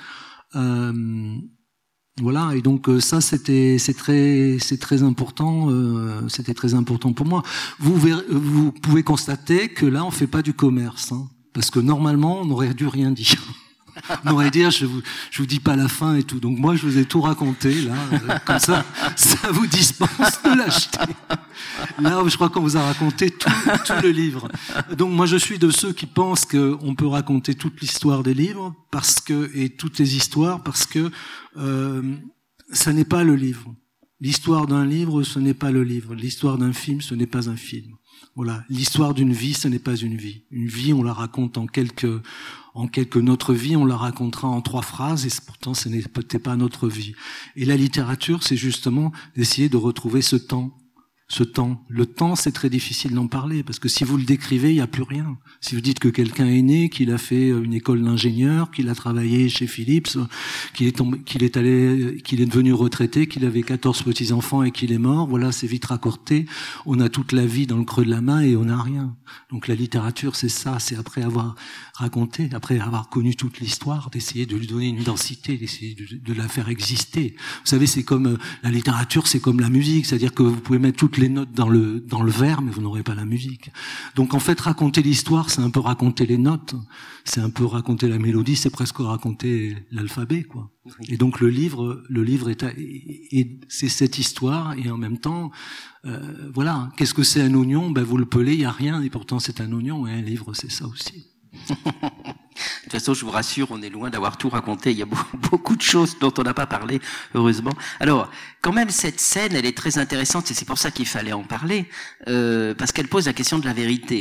Euh, voilà, et donc ça, c'était, c'est très, c'est très important. Euh, c'était très important pour moi. Vous verrez, vous pouvez constater que là, on fait pas du commerce, hein, parce que normalement, on aurait dû rien dire. On aurait dit, je vous, je vous dis pas la fin et tout. Donc moi, je vous ai tout raconté là, euh, comme ça, ça vous dispense de l'acheter. Là, je crois qu'on vous a raconté tout, tout le livre. Donc moi, je suis de ceux qui pensent qu'on peut raconter toute l'histoire des livres, parce que et toutes les histoires, parce que euh, ça n'est pas le livre. L'histoire d'un livre, ce n'est pas le livre. L'histoire d'un film, ce n'est pas un film. Voilà, l'histoire d'une vie, ce n'est pas une vie. Une vie, on la raconte en quelques, en quelques. Notre vie, on la racontera en trois phrases, et pourtant, ce n'est peut-être pas notre vie. Et la littérature, c'est justement d'essayer de retrouver ce temps ce temps. Le temps, c'est très difficile d'en parler, parce que si vous le décrivez, il n'y a plus rien. Si vous dites que quelqu'un est né, qu'il a fait une école d'ingénieur, qu'il a travaillé chez Philips, qu'il est tombé, qu'il est allé, qu'il est devenu retraité, qu'il avait quatorze petits-enfants et qu'il est mort, voilà, c'est vite raccourci. On a toute la vie dans le creux de la main et on n'a rien. Donc la littérature, c'est ça, c'est après avoir raconté, après avoir connu toute l'histoire, d'essayer de lui donner une densité, d'essayer de, de la faire exister. Vous savez, c'est comme, la littérature, c'est comme la musique, c'est-à-dire que vous pouvez mettre toutes les notes dans le dans le vers, mais vous n'aurez pas la musique. Donc en fait, raconter l'histoire, c'est un peu raconter les notes, c'est un peu raconter la mélodie, c'est presque raconter l'alphabet, quoi. Et donc le livre, le livre est, est c'est cette histoire, et en même temps, euh, voilà. Qu'est-ce que c'est un oignon? Ben vous le pelez, il y a rien, et pourtant c'est un oignon. Et un livre, c'est ça aussi. De toute façon, je vous rassure, on est loin d'avoir tout raconté. Il y a beaucoup de choses dont on n'a pas parlé, heureusement. Alors, quand même, cette scène, elle est très intéressante, et c'est pour ça qu'il fallait en parler, euh, parce qu'elle pose la question de la vérité.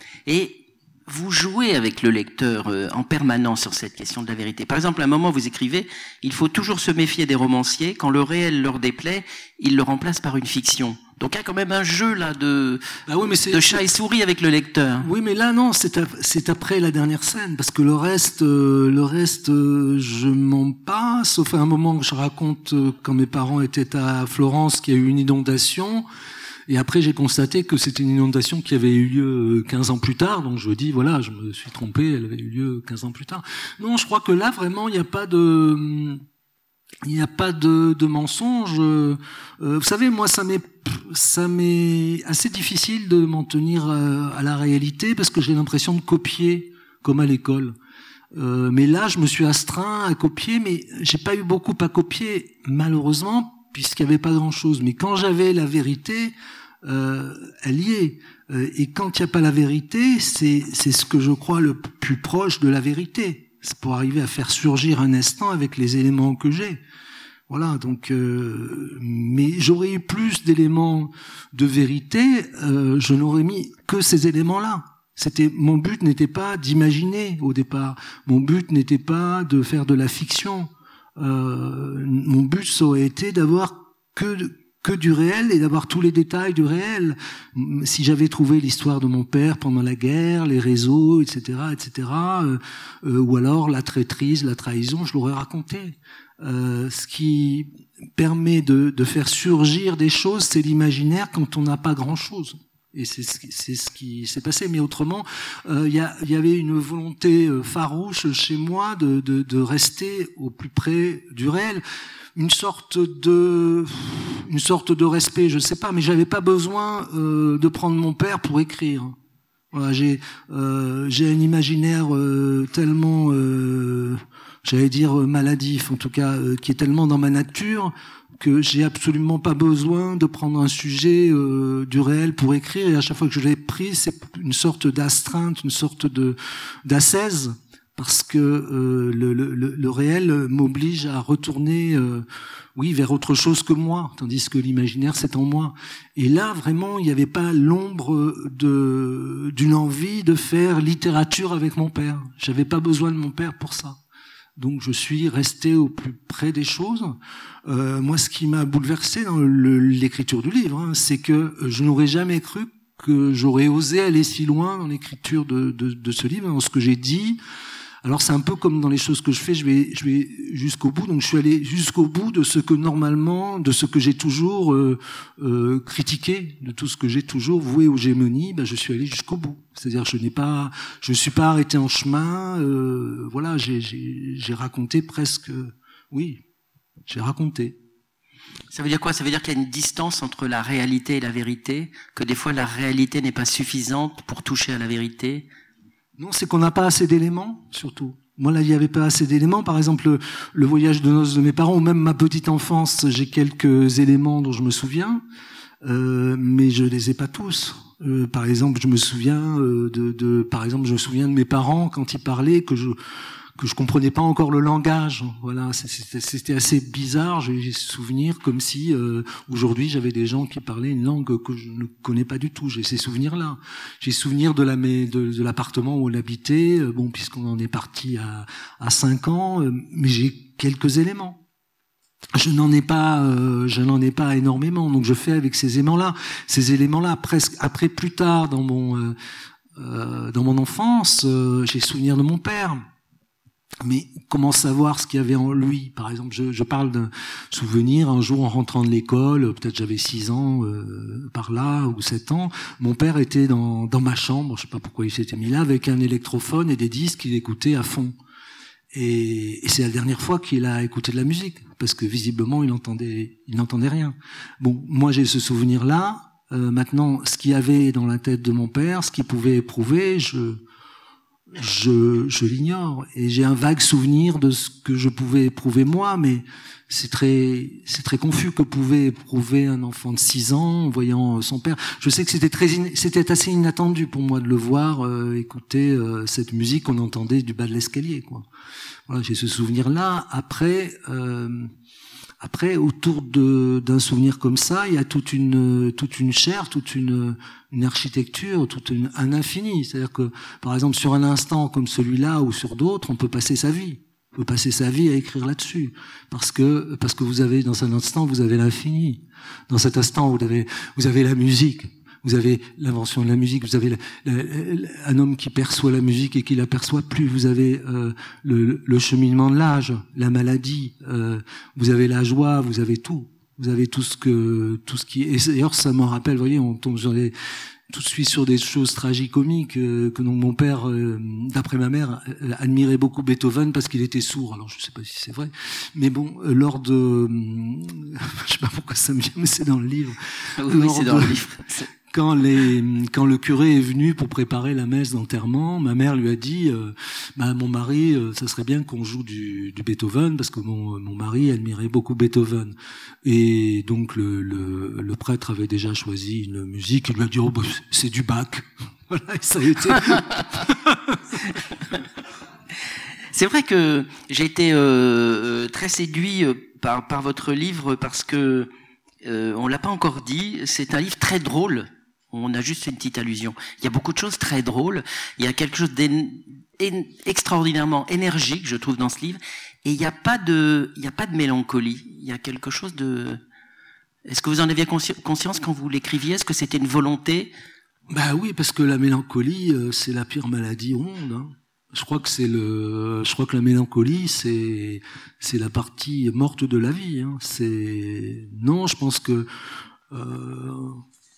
Et vous jouez avec le lecteur euh, en permanence sur cette question de la vérité. Par exemple, à un moment, vous écrivez « Il faut toujours se méfier des romanciers. Quand le réel leur déplaît, ils le remplacent par une fiction. » Donc il y a quand même un jeu là de, ah oui, mais c'est, de chat et souris avec le lecteur. Oui, mais là non, c'est, c'est après la dernière scène, parce que le reste, euh, le reste, euh, je mens pas, sauf à un moment que je raconte euh, quand mes parents étaient à Florence, qu'il y a eu une inondation, et après j'ai constaté que c'était une inondation qui avait eu lieu quinze ans plus tard, donc je dis voilà, je me suis trompé, elle avait eu lieu quinze ans plus tard. Non, je crois que là vraiment il n'y a pas de Il n'y a pas de, de mensonge. Euh, vous savez, moi, ça m'est, ça m'est assez difficile de m'en tenir à, à la réalité parce que j'ai l'impression de copier, comme à l'école. Euh, mais là, je me suis astreint à copier, mais j'ai pas eu beaucoup à copier, malheureusement, puisqu'il n'y avait pas grand-chose. Mais quand j'avais la vérité, euh, elle y est. Euh, et quand il n'y a pas la vérité, c'est, c'est ce que je crois le plus proche de la vérité. C'est pour arriver à faire surgir un instant avec les éléments que j'ai. Voilà, donc, euh, mais j'aurais eu plus d'éléments de vérité, euh, je n'aurais mis que ces éléments-là. C'était, mon but n'était pas d'imaginer au départ. Mon but n'était pas de faire de la fiction. Euh, mon but, ça aurait été d'avoir que que du réel et d'avoir tous les détails du réel. Si j'avais trouvé l'histoire de mon père pendant la guerre, les réseaux, et cetera, et cetera, euh, euh, ou alors la traîtrise, la trahison, je l'aurais raconté. Euh, ce qui permet de, de faire surgir des choses, c'est l'imaginaire quand on n'a pas grand-chose. Et c'est ce qui, c'est ce qui s'est passé. Mais autrement, il euh, y, a, y avait une volonté farouche chez moi de, de, de rester au plus près du réel. Une sorte de, une sorte de respect, je sais pas, mais j'avais pas besoin euh, de prendre mon père pour écrire. Voilà, j'ai, euh, j'ai un imaginaire euh, tellement, euh, j'allais dire maladif, en tout cas, euh, qui est tellement dans ma nature que j'ai absolument pas besoin de prendre un sujet euh, du réel pour écrire. Et à chaque fois que je l'ai pris, c'est une sorte d'astreinte, une sorte de d'ascèse. Parce que euh, le, le, le réel m'oblige à retourner, euh, oui, vers autre chose que moi, tandis que l'imaginaire c'est en moi. Et là, vraiment, il n'y avait pas l'ombre de d'une envie de faire littérature avec mon père. J'avais pas besoin de mon père pour ça. Donc, je suis resté au plus près des choses. Euh, moi, ce qui m'a bouleversé dans le, l'écriture du livre, hein, c'est que je n'aurais jamais cru que j'aurais osé aller si loin dans l'écriture de, de, de ce livre, dans ce que j'ai dit. Alors c'est un peu comme dans les choses que je fais, je vais, je vais jusqu'au bout. Donc je suis allé jusqu'au bout de ce que normalement, de ce que j'ai toujours euh, euh, critiqué, de tout ce que j'ai toujours voué aux gémonies. Ben je suis allé jusqu'au bout. C'est-à-dire je n'ai pas, je ne suis pas arrêté en chemin. Euh, voilà, j'ai, j'ai, j'ai raconté presque, oui, j'ai raconté. Ça veut dire quoi? Ça veut dire qu'il y a une distance entre la réalité et la vérité, que des fois la réalité n'est pas suffisante pour toucher à la vérité. Non, c'est qu'on n'a pas assez d'éléments, surtout. Moi, là, il n'y avait pas assez d'éléments. Par exemple, le, le voyage de noces de mes parents, ou même ma petite enfance, j'ai quelques éléments dont je me souviens, euh, mais je les ai pas tous. Euh, par exemple, je me souviens euh, de, de, par exemple, je me souviens de mes parents quand ils parlaient que je que je comprenais pas encore le langage. Voilà, c'était, c'était assez bizarre. J'ai des souvenirs comme si euh, aujourd'hui j'avais des gens qui parlaient une langue que je ne connais pas du tout. J'ai ces souvenirs-là. J'ai souvenirs de la de, de l'appartement où on habitait. Bon, puisqu'on en est parti à à cinq ans, mais j'ai quelques éléments. je n'en ai pas, euh, je n'en ai pas énormément. Donc je fais avec ces éléments-là, ces éléments-là. Presque après, plus tard dans mon euh, euh, dans mon enfance, euh, j'ai souvenir de mon père. Mais comment savoir ce qu'il y avait en lui? Par exemple, je, je parle d'un souvenir, un jour en rentrant de l'école, peut-être j'avais six ans, euh, par là, ou sept ans, mon père était dans, dans ma chambre, je sais pas pourquoi il s'était mis là, avec un électrophone et des disques qu'il écoutait à fond. Et, et c'est la dernière fois qu'il a écouté de la musique, parce que visiblement il entendait, il n'entendait rien. Bon, moi j'ai ce souvenir-là. Euh, maintenant, ce qu'il y avait dans la tête de mon père, ce qu'il pouvait éprouver, je Je, je l'ignore, et j'ai un vague souvenir de ce que je pouvais éprouver moi, mais c'est très, c'est très confus que pouvait éprouver un enfant de six ans en voyant son père. Je sais que c'était très, in... c'était assez inattendu pour moi de le voir euh, écouter euh, cette musique qu'on entendait du bas de l'escalier, quoi. Voilà, j'ai ce souvenir-là. Après, euh, après, autour de d'un souvenir comme ça, il y a toute une toute une chair, toute une une architecture, tout une, un infini. C'est-à-dire que, par exemple, sur un instant comme celui-là ou sur d'autres, on peut passer sa vie. On peut passer sa vie à écrire là-dessus. Parce que, parce que vous avez, dans un instant, vous avez l'infini. Dans cet instant, vous avez, vous avez la musique. Vous avez l'invention de la musique. Vous avez la, la, la, un homme qui perçoit la musique et qui l'aperçoit plus. Vous avez euh, le, le cheminement de l'âge, la maladie. Euh, vous avez la joie. Vous avez tout. Vous avez tout ce que, tout ce qui est, et d'ailleurs, ça me rappelle, vous voyez, on tombe sur des, tout de suite sur des choses tragicomiques, euh, que donc mon père, euh, d'après ma mère, euh, admirait beaucoup Beethoven parce qu'il était sourd. Alors, je sais pas si c'est vrai. Mais bon, euh, lors de, euh, je sais pas pourquoi ça me vient, mais c'est dans le livre. Oui, oui, c'est dans le livre. Quand les, quand le curé est venu pour préparer la messe d'enterrement, ma mère lui a dit, euh, bah, mon mari, euh, ça serait bien qu'on joue du, du Beethoven, parce que mon, mon mari admirait beaucoup Beethoven. Et donc, le, le, le prêtre avait déjà choisi une musique, il lui a dit, oh, bah, c'est du Bach. Voilà, et ça a été. C'est vrai que j'ai été, euh, très séduit par, par votre livre parce que, euh, on l'a pas encore dit, c'est un livre très drôle. On a juste une petite allusion. Il y a beaucoup de choses très drôles. Il y a quelque chose d'extraordinairement énergique, je trouve, dans ce livre. Et il n'y a pas de, il n'y a pas de mélancolie. Il y a quelque chose de. Est-ce que vous en aviez consci- conscience quand vous l'écriviez? Est-ce que c'était une volonté? Bah oui, parce que la mélancolie, c'est la pire maladie au monde. Hein. Je crois que c'est le, je crois que la mélancolie, c'est, c'est la partie morte de la vie. Hein. C'est non, je pense que. Euh,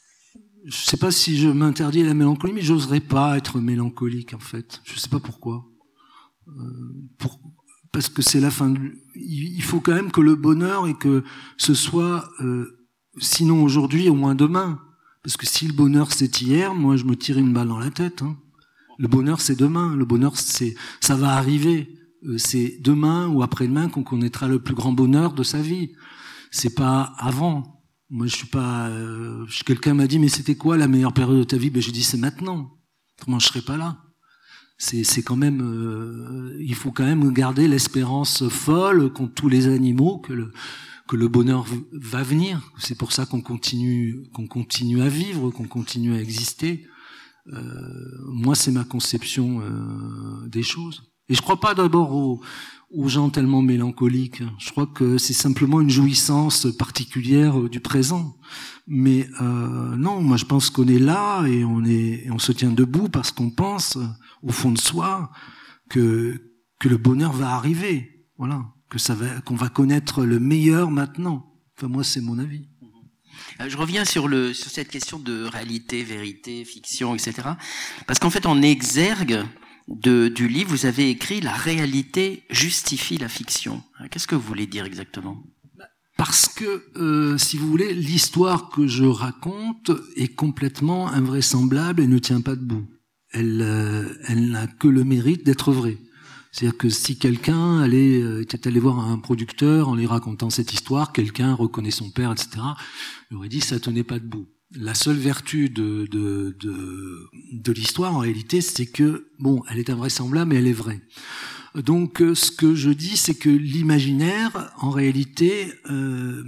Je sais pas si je m'interdis la mélancolie, mais j'oserais pas être mélancolique, en fait. Je sais pas pourquoi. Euh, pour, parce que c'est la fin de... Il faut quand même que le bonheur et que ce soit, euh, sinon aujourd'hui, au moins demain. Parce que si le bonheur c'est hier, moi je me tire une balle dans la tête. Hein. Le bonheur c'est demain. Le bonheur c'est, ça va arriver. Euh, c'est demain ou après-demain qu'on connaîtra le plus grand bonheur de sa vie. C'est pas avant. Moi, je suis pas. Euh, quelqu'un m'a dit, mais c'était quoi la meilleure période de ta vie? Ben, j'ai dit, c'est maintenant. Comment je serais pas là? C'est, c'est quand même. Euh, il faut quand même garder l'espérance folle qu'ont tous les animaux que le que le bonheur va venir. C'est pour ça qu'on continue, qu'on continue à vivre, qu'on continue à exister. Euh, moi, c'est ma conception euh, des choses. Et je crois pas d'abord aux aux gens tellement mélancoliques. Je crois que c'est simplement une jouissance particulière du présent. Mais euh, non, moi je pense qu'on est là et on est, et on se tient debout parce qu'on pense au fond de soi que que le bonheur va arriver. Voilà, que ça va, qu'on va connaître le meilleur maintenant. Enfin moi c'est mon avis. Je reviens sur le sur cette question de réalité, vérité, fiction, et cetera. Parce qu'en fait, en exergue De, du livre, vous avez écrit « La réalité justifie la fiction ». Qu'est-ce que vous voulez dire exactement? Parce que, euh, si vous voulez, l'histoire que je raconte est complètement invraisemblable et ne tient pas debout. Elle, euh, elle n'a que le mérite d'être vraie. C'est-à-dire que si quelqu'un allait, euh, était allé voir un producteur en lui racontant cette histoire, quelqu'un reconnaît son père, et cetera, il aurait dit « ça tenait pas debout ». La seule vertu de, de, de, de l'histoire, en réalité, c'est que, bon, elle est invraisemblable, mais elle est vraie. Donc, ce que je dis, c'est que l'imaginaire, en réalité, euh,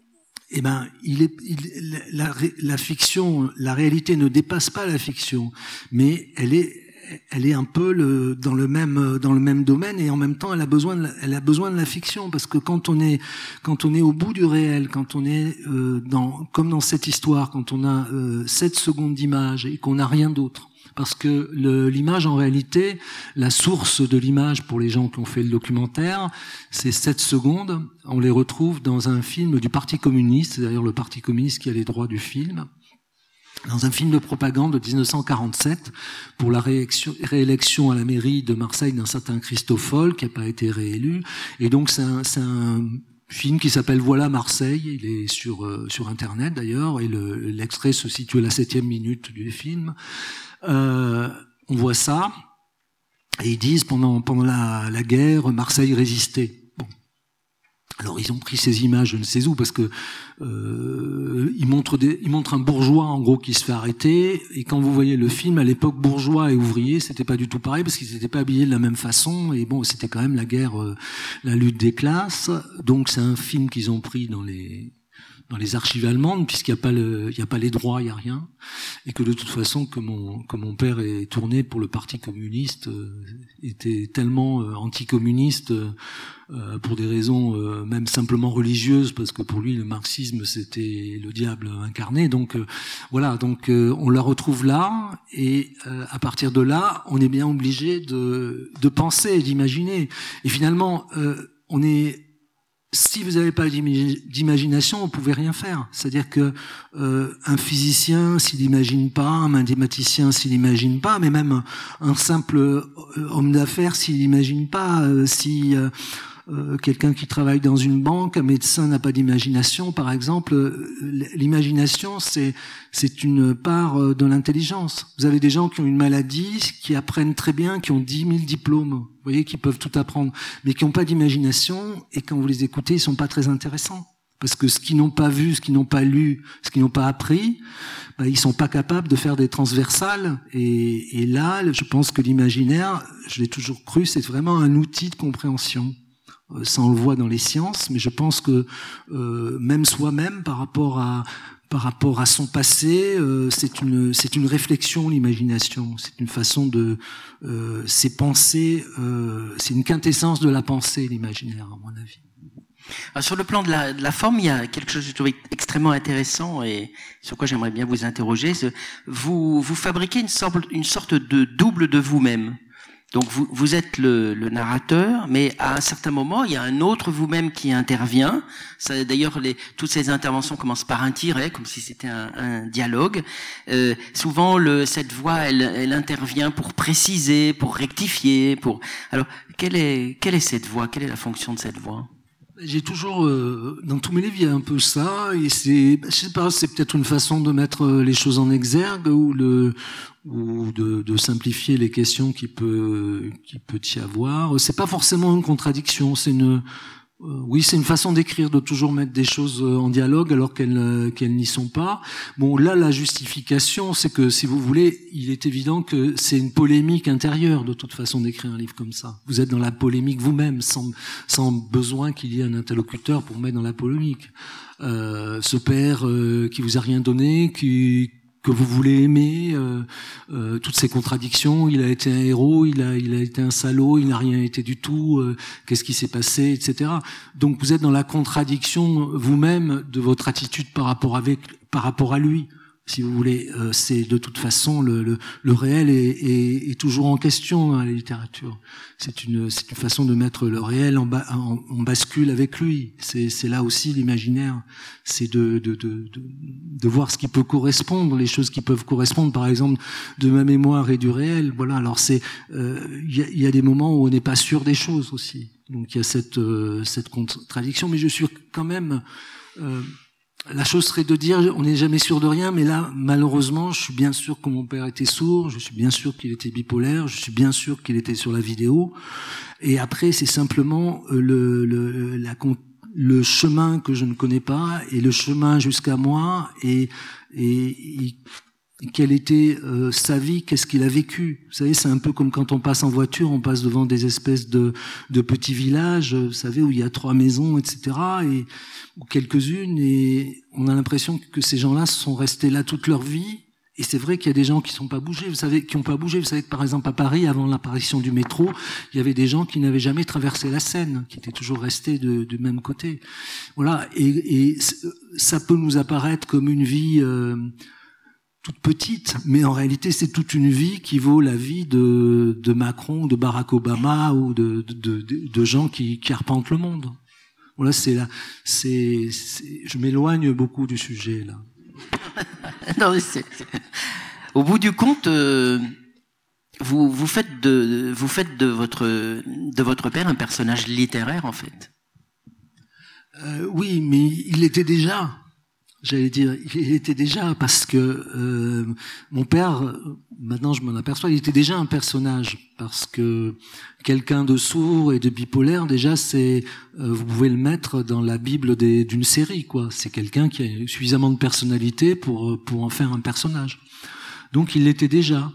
eh ben, il est, il, la, la fiction, la réalité ne dépasse pas la fiction, mais elle est, elle est un peu le, dans le même dans le même domaine, et en même temps elle a besoin de la, elle a besoin de la fiction, parce que quand on est quand on est au bout du réel, quand on est euh, dans comme dans cette histoire, quand on a euh, sept secondes d'image et qu'on n'a rien d'autre. Parce que le, l'image, en réalité, la source de l'image pour les gens qui ont fait le documentaire, c'est sept secondes. On les retrouve dans un film du Parti communiste, c'est d'ailleurs le Parti communiste qui a les droits du film, dans un film de propagande de dix-neuf cent quarante-sept pour la réélection, réélection à la mairie de Marseille d'un certain Christoffol, qui n'a pas été réélu. Et donc c'est un, c'est un film qui s'appelle Voilà Marseille. Il est sur euh, sur Internet d'ailleurs, et le, l'extrait se situe à la septième minute du film. Euh, on voit ça, et ils disent pendant pendant la, la guerre, Marseille résistait. Bon. Alors ils ont pris ces images, je ne sais où, parce que euh, ils montrent des, ils montrent un bourgeois en gros qui se fait arrêter, et quand vous voyez le film, à l'époque, bourgeois et ouvriers, c'était pas du tout pareil, parce qu'ils n'étaient pas habillés de la même façon, et bon, c'était quand même la guerre, euh, la lutte des classes. Donc c'est un film qu'ils ont pris dans les dans les archives allemandes, puisqu'il n'y a pas le, il y a pas les droits, il y a rien, et que de toute façon, que mon, que mon père est tourné pour le Parti communiste, euh, était tellement euh, anticommuniste, euh, pour des raisons euh, même simplement religieuses, parce que pour lui le marxisme c'était le diable incarné. Donc euh, voilà, donc euh, on la retrouve là, et euh, à partir de là, on est bien obligé de, de penser, d'imaginer, et finalement, euh, on est si vous n'avez pas d'imagination, vous pouvez rien faire. C'est-à-dire que euh, un physicien, s'il n'imagine pas, un mathématicien, s'il n'imagine pas, mais même un simple homme d'affaires, s'il n'imagine pas, euh, si euh, euh, quelqu'un qui travaille dans une banque, un médecin n'a pas d'imagination, par exemple, l'imagination, c'est c'est une part de l'intelligence. Vous avez des gens qui ont une maladie, qui apprennent très bien, qui ont dix mille diplômes, vous voyez, qui peuvent tout apprendre, mais qui n'ont pas d'imagination, et quand vous les écoutez, ils sont pas très intéressants. Parce que ce qu'ils n'ont pas vu, ce qu'ils n'ont pas lu, ce qu'ils n'ont pas appris, bah, ils sont pas capables de faire des transversales. Et, et là, je pense que l'imaginaire, je l'ai toujours cru, c'est vraiment un outil de compréhension. Ça, on le voit dans les sciences, mais je pense que euh, même soi-même, par rapport à par rapport à son passé, euh, c'est une c'est une réflexion, l'imagination. C'est une façon de euh, c'est penser, euh, c'est une quintessence de la pensée, l'imaginaire, à mon avis. Alors, sur le plan de la, de la forme, il y a quelque chose que je trouve extrêmement intéressant et sur quoi j'aimerais bien vous interroger. Vous vous fabriquez une sorte une sorte de double de vous-même. Donc vous, vous êtes le, le narrateur, mais à un certain moment, il y a un autre vous-même qui intervient. Ça, d'ailleurs, les, toutes ces interventions commencent par un tiret, comme si c'était un, un dialogue. Euh, souvent, le, cette voix, elle, elle intervient pour préciser, pour rectifier. Pour alors, quelle est, quelle est cette voix? Quelle est la fonction de cette voix? J'ai toujours, euh, dans tous mes livres, il y a un peu ça, et c'est, je sais pas, c'est peut-être une façon de mettre les choses en exergue, ou le, ou de, de simplifier les questions qui peut, qui peut y avoir. C'est pas forcément une contradiction, c'est une, euh, oui, c'est une façon d'écrire, de toujours mettre des choses en dialogue alors qu'elles, euh, qu'elles n'y sont pas. Bon, là, la justification, c'est que, si vous voulez, il est évident que c'est une polémique intérieure, de toute façon, d'écrire un livre comme ça. Vous êtes dans la polémique vous-même, sans, sans besoin qu'il y ait un interlocuteur pour mettre dans la polémique. Euh, ce père euh, qui vous a rien donné, qui que vous voulez aimer, euh, euh, toutes ces contradictions, il a été un héros, il a, il a été un salaud, il n'a rien été du tout, euh, qu'est-ce qui s'est passé, et cetera. Donc vous êtes dans la contradiction vous-même de votre attitude par rapport avec, par rapport à lui. Si vous voulez, euh, c'est de toute façon le, le, le réel est, est, est toujours en question dans la littérature. C'est une, c'est une façon de mettre le réel en, ba, en, en bascule avec lui. C'est, c'est là aussi l'imaginaire. C'est de, de, de, de, de voir ce qui peut correspondre, les choses qui peuvent correspondre, par exemple, de ma mémoire et du réel. Voilà. Alors c'est, euh, il y a, y a des moments où on n'est pas sûr des choses aussi. Donc il y a cette, euh, cette contradiction, mais je suis quand même. Euh, La chose serait de dire, on n'est jamais sûr de rien, mais là, malheureusement, je suis bien sûr que mon père était sourd, je suis bien sûr qu'il était bipolaire, je suis bien sûr qu'il était sur la vidéo. Et après, c'est simplement le, le, la, le chemin que je ne connais pas, et le chemin jusqu'à moi, et, et, et quelle était euh, sa vie, qu'est-ce qu'il a vécu. Vous savez, c'est un peu comme quand on passe en voiture, on passe devant des espèces de, de petits villages, vous savez, où il y a trois maisons, et cetera, et, ou quelques-unes, et on a l'impression que ces gens-là sont restés là toute leur vie, Et c'est vrai qu'il y a des gens qui sont pas bougés, vous savez, qui ont pas bougé. Vous savez que par exemple à Paris, avant l'apparition du métro, il y avait des gens qui n'avaient jamais traversé la Seine, qui étaient toujours restés de, du même côté. Voilà. Et, et ça peut nous apparaître comme une vie euh, toute petite, mais en réalité, c'est toute une vie qui vaut la vie de, de Macron, de Barack Obama ou de, de, de, de gens qui, qui arpentent le monde. Voilà, c'est là, c'est, c'est, je m'éloigne beaucoup du sujet là. Non, mais c'est, c'est... Au bout du compte, euh, vous, vous faites de, vous faites de votre, de votre père un personnage littéraire, en fait. Euh, oui, mais il était déjà, j'allais dire, il était déjà, parce que euh, mon père, maintenant je m'en aperçois, il était déjà un personnage, parce que quelqu'un de sourd et de bipolaire, déjà, c'est, euh, vous pouvez le mettre dans la Bible des, d'une série, quoi. C'est quelqu'un qui a suffisamment de personnalité pour pour en faire un personnage. Donc il l'était déjà.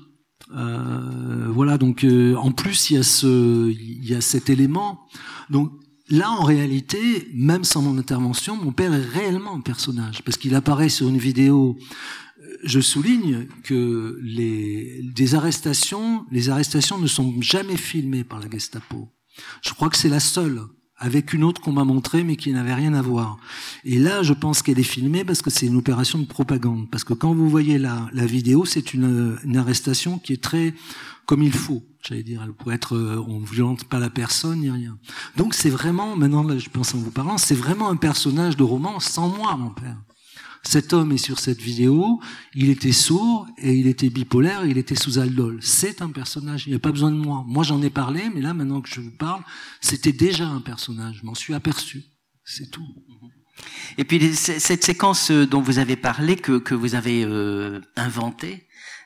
Euh, voilà. Donc euh, en plus il y a ce, il y a cet élément. Donc là, en réalité, même sans mon intervention, mon père est réellement un personnage, parce qu'il apparaît sur une vidéo. Je souligne que les des arrestations, les arrestations ne sont jamais filmées par la Gestapo. Je crois que c'est la seule, avec une autre qu'on m'a montrée, mais qui n'avait rien à voir. Et là, je pense qu'elle est filmée parce que c'est une opération de propagande. Parce que quand vous voyez la, la vidéo, c'est une, une arrestation qui est très comme il faut. J'allais dire, elle pourrait être, on ne violente pas la personne, ni rien. Donc c'est vraiment, maintenant là, je pense en vous parlant, c'est vraiment un personnage de roman sans moi, mon père. Cet homme est sur cette vidéo, il était sourd et il était bipolaire, et il était sous Aldol. C'est un personnage, il n'y a pas besoin de moi. Moi j'en ai parlé, mais là maintenant que je vous parle, c'était déjà un personnage, je m'en suis aperçu. C'est tout. Et puis cette séquence dont vous avez parlé, que, que vous avez euh, inventée,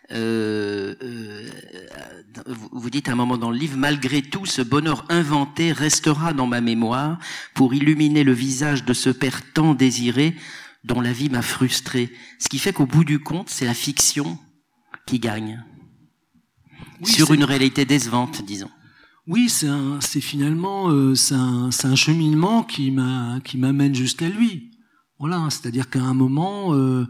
euh, euh, vous dites à un moment dans le livre, malgré tout, ce bonheur inventé restera dans ma mémoire pour illuminer le visage de ce père tant désiré, dont la vie m'a frustré. Ce qui fait qu'au bout du compte, c'est la fiction qui gagne. Oui, sur c'est... une réalité décevante, disons. Oui, c'est, un, c'est finalement euh, c'est, un, c'est un cheminement qui, m'a, qui m'amène jusqu'à lui. Voilà, c'est-à-dire qu'à un moment, euh,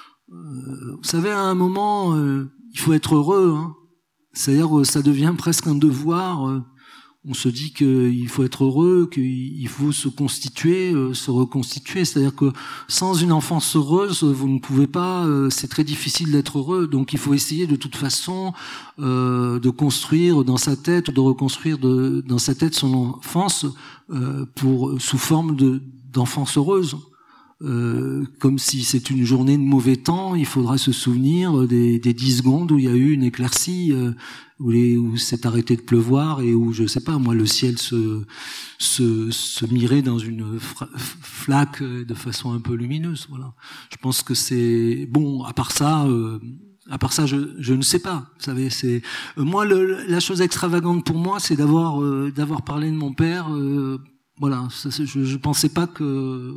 euh, vous savez, à un moment, euh, il faut être heureux. Hein. C'est-à-dire que ça devient presque un devoir. Euh, On se dit qu'il faut être heureux, qu'il faut se constituer, euh, se reconstituer. C'est-à-dire que sans une enfance heureuse, vous ne pouvez pas. Euh, c'est très difficile d'être heureux. Donc il faut essayer de toute façon euh, de construire dans sa tête, de reconstruire de, dans sa tête son enfance euh, pour sous forme de d'enfance heureuse. Euh, comme si c'est une journée de mauvais temps, il faudra se souvenir des, des dix secondes où il y a eu une éclaircie, euh, où, les, où c'est arrêté de pleuvoir et où, je sais pas, moi, le ciel se, se, se mirait dans une fra- flaque de façon un peu lumineuse. Voilà. Je pense que c'est bon. À part ça, euh, à part ça, je, je ne sais pas. Vous savez, c'est euh, moi le, la chose extravagante pour moi, c'est d'avoir, euh, d'avoir parlé de mon père. Euh, voilà. Ça, je, je pensais pas que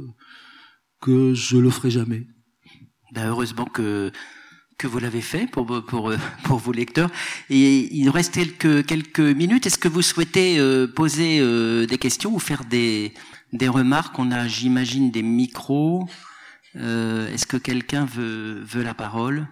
que je le ferai jamais. Ben heureusement que que vous l'avez fait pour pour pour vos lecteurs. Et il nous reste quelques quelques minutes. Est-ce que vous souhaitez euh, poser euh, des questions ou faire des des remarques? On a, j'imagine, des micros. Euh, est-ce que quelqu'un veut veut la parole?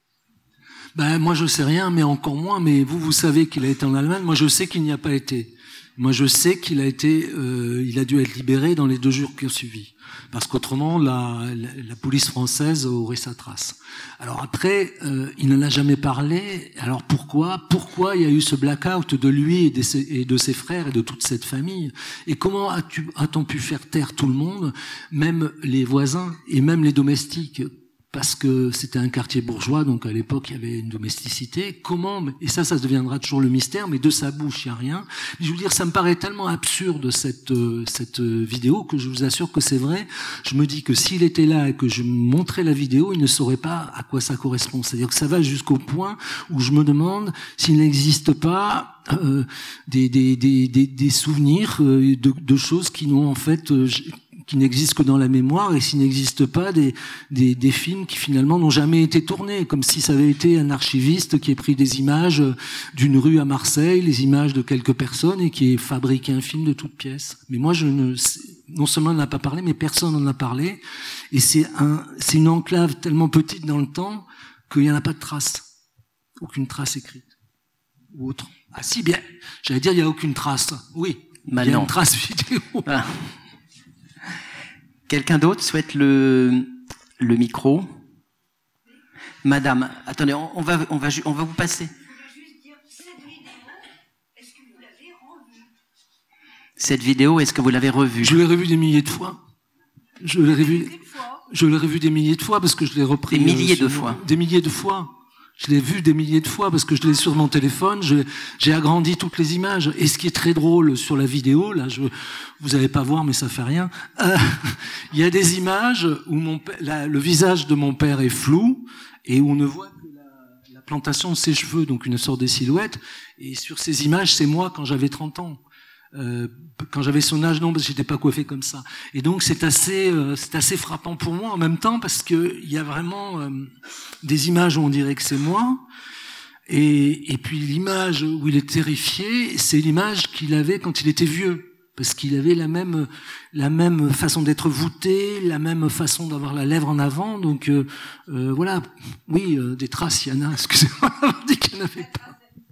Ben moi je sais rien, mais encore moins. Mais vous vous savez qu'il a été en Allemagne. Moi je sais qu'il n'y a pas été. Moi je sais qu'il a été, euh, il a dû être libéré dans les deux jours qui ont suivi. Parce qu'autrement, la, la, la police française aurait sa trace. Alors après, euh, il n'en a jamais parlé. Alors pourquoi Pourquoi il y a eu ce blackout de lui et de, ses, et de ses frères et de toute cette famille? Et comment as-tu, a-t-on pu faire taire tout le monde, même les voisins et même les domestiques? Parce que c'était un quartier bourgeois, donc à l'époque il y avait une domesticité. Comment, et ça, ça deviendra toujours le mystère, mais de sa bouche il n'y a rien. Je veux dire, ça me paraît tellement absurde cette euh, cette vidéo que je vous assure que c'est vrai. Je me dis que s'il était là et que je montrais la vidéo, il ne saurait pas à quoi ça correspond. C'est-à-dire que ça va jusqu'au point où je me demande s'il n'existe pas euh, des, des des des des souvenirs euh, de, de choses qui n'ont en fait euh, qui n'existent que dans la mémoire, et s'il n'existe pas des, des, des films qui finalement n'ont jamais été tournés, comme si ça avait été un archiviste qui ait pris des images d'une rue à Marseille, les images de quelques personnes, et qui ait fabriqué un film de toutes pièces. Mais moi, je ne, non seulement on n'en a pas parlé, mais personne n'en a parlé, et c'est un, c'est une enclave tellement petite dans le temps qu'il n'y en a pas de trace, aucune trace écrite ou autre. Ah si, bien, j'allais dire il n'y a aucune trace. Oui, bah il y a non. une trace vidéo. Ah. Quelqu'un d'autre souhaite le, le micro? Madame, attendez, on, on, va, on, va, on va vous passer. Cette vidéo, est-ce que vous l'avez revue? Je l'ai revue des milliers de fois. Je l'ai revue, je l'ai revue des milliers de fois parce que je l'ai repris. Des milliers euh, de fois. Des milliers de fois. Je l'ai vu des milliers de fois parce que je l'ai sur mon téléphone. Je, j'ai agrandi toutes les images. Et ce qui est très drôle sur la vidéo, là, je, vous allez pas voir, mais ça fait rien. Euh, il y a des images où mon, la, le visage de mon père est flou et où on ne voit que la, la plantation de ses cheveux, donc une sorte de silhouette. Et sur ces images, c'est moi quand j'avais trente ans. Euh, quand j'avais son âge, non, parce que j'étais pas coiffé comme ça. Et donc c'est assez, euh, c'est assez frappant pour moi en même temps parce que il y a vraiment euh, des images où on dirait que c'est moi, et, et puis l'image où il est terrifié, c'est l'image qu'il avait quand il était vieux, parce qu'il avait la même, la même façon d'être voûté, la même façon d'avoir la lèvre en avant. Donc euh, euh, voilà, oui, euh, des traces, il y en a. Excusez-moi d'avoir dit qu'il n'y en avait pas.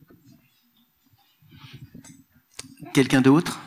Quelqu'un d'autre?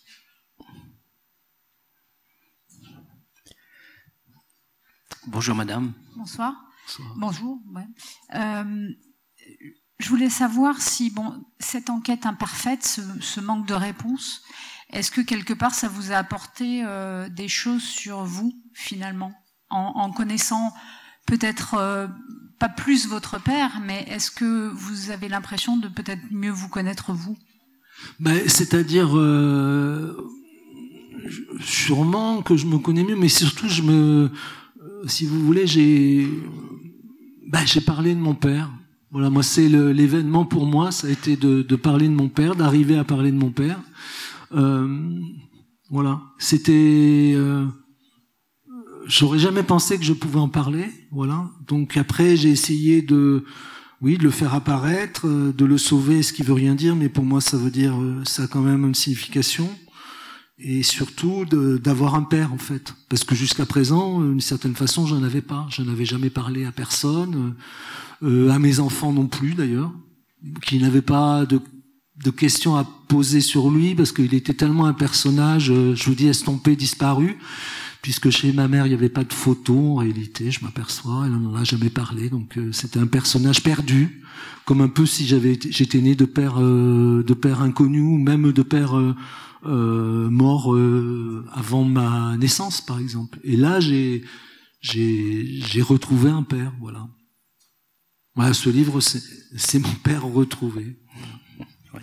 Bonjour madame. Bonsoir. Bonsoir. Bonjour. Ouais. Euh, je voulais savoir si bon, cette enquête imparfaite, ce, ce manque de réponse, est-ce que quelque part ça vous a apporté euh, des choses sur vous finalement, en, en connaissant peut-être euh, pas plus votre père, mais est-ce que vous avez l'impression de peut-être mieux vous connaître vous? Ben, c'est-à-dire, euh, sûrement que je me connais mieux, mais surtout, je me, euh, si vous voulez, j'ai, ben, j'ai parlé de mon père. Voilà, moi, c'est le, l'événement pour moi, ça a été de, de parler de mon père, d'arriver à parler de mon père. Euh, voilà, c'était, euh, j'aurais jamais pensé que je pouvais en parler. Voilà, donc après, j'ai essayé de Oui, de le faire apparaître, de le sauver, ce qui veut rien dire, mais pour moi ça veut dire, ça a quand même une signification, et surtout de, d'avoir un père en fait, parce que jusqu'à présent, d'une certaine façon, j'en avais pas, je n'avais jamais parlé à personne, euh, à mes enfants non plus d'ailleurs, qui n'avaient pas de, de questions à poser sur lui, parce qu'il était tellement un personnage, je vous dis estompé, disparu. Puisque chez ma mère, il n'y avait pas de photo, en réalité, je m'aperçois, elle n'en a jamais parlé, donc euh, c'était un personnage perdu, comme un peu si j'avais été, j'étais né de père, euh, de père inconnu, ou même de père euh, euh, mort euh, avant ma naissance, par exemple. Et là, j'ai, j'ai, j'ai retrouvé un père, voilà. Voilà, ce livre, c'est, c'est mon père retrouvé. Oui.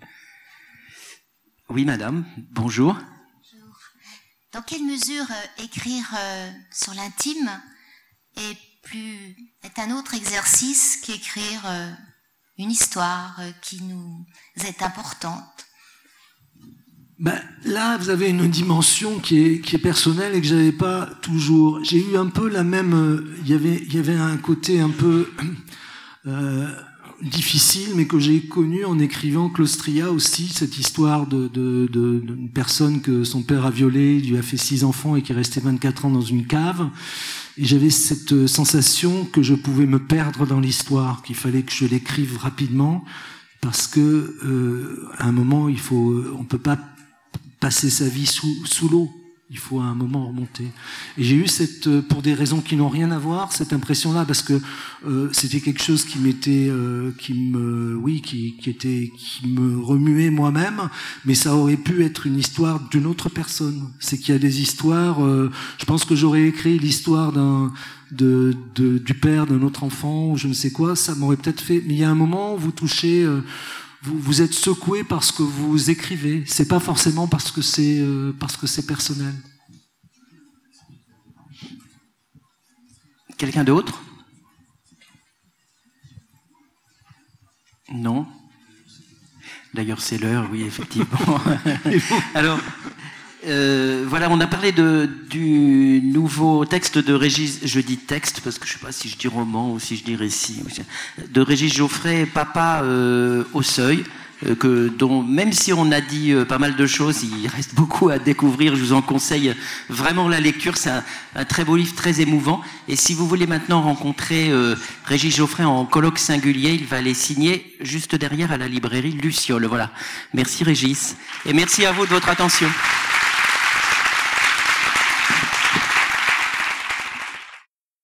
Oui, madame, bonjour. Dans quelle mesure euh, écrire euh, sur l'intime est, plus, est un autre exercice qu'écrire euh, une histoire euh, qui nous est importante? Ben, là, vous avez une dimension qui est, qui est personnelle et que j'avais pas toujours. J'ai eu un peu la même. Euh, il y avait, il y avait un côté un peu euh, difficile, mais que j'ai connu en écrivant Claustria aussi, cette histoire de, de, de, d'une personne que son père a violée, il lui a fait six enfants et qui est resté vingt-quatre ans dans une cave. Et j'avais cette sensation que je pouvais me perdre dans l'histoire, qu'il fallait que je l'écrive rapidement, parce que euh, à un moment, il faut, on peut pas passer sa vie sous, sous l'eau. Il faut à un moment remonter. Et j'ai eu cette, pour des raisons qui n'ont rien à voir, cette impression-là, parce que euh, c'était quelque chose qui m'était, euh, qui me, oui, qui, qui était, qui me remuait moi-même, mais ça aurait pu être une histoire d'une autre personne. C'est qu'il y a des histoires. Euh, je pense que j'aurais écrit l'histoire d'un, de, de, du père d'un autre enfant, ou je ne sais quoi. Ça m'aurait peut-être fait. Mais il y a un moment où vous touchez. Euh, Vous, vous êtes secoué parce que vous écrivez. C'est pas forcément parce que c'est euh, parce que c'est personnel. Quelqu'un d'autre? Non. D'ailleurs, c'est l'heure, oui, effectivement. Alors, euh, voilà, on a parlé de, du nouveau texte de Régis, je dis texte parce que je ne sais pas si je dis roman ou si je dis récit, de Régis Geoffrey, Papa euh, au seuil. euh, que, dont, même si on a dit euh, pas mal de choses, il reste beaucoup à découvrir. Je vous en conseille vraiment la lecture. C'est un, un très beau livre, très émouvant. Et si vous voulez maintenant rencontrer euh, Régis Geoffrey en colloque singulier, il va les signer juste derrière à la librairie Luciole. Voilà. Merci Régis. Et merci à vous de votre attention.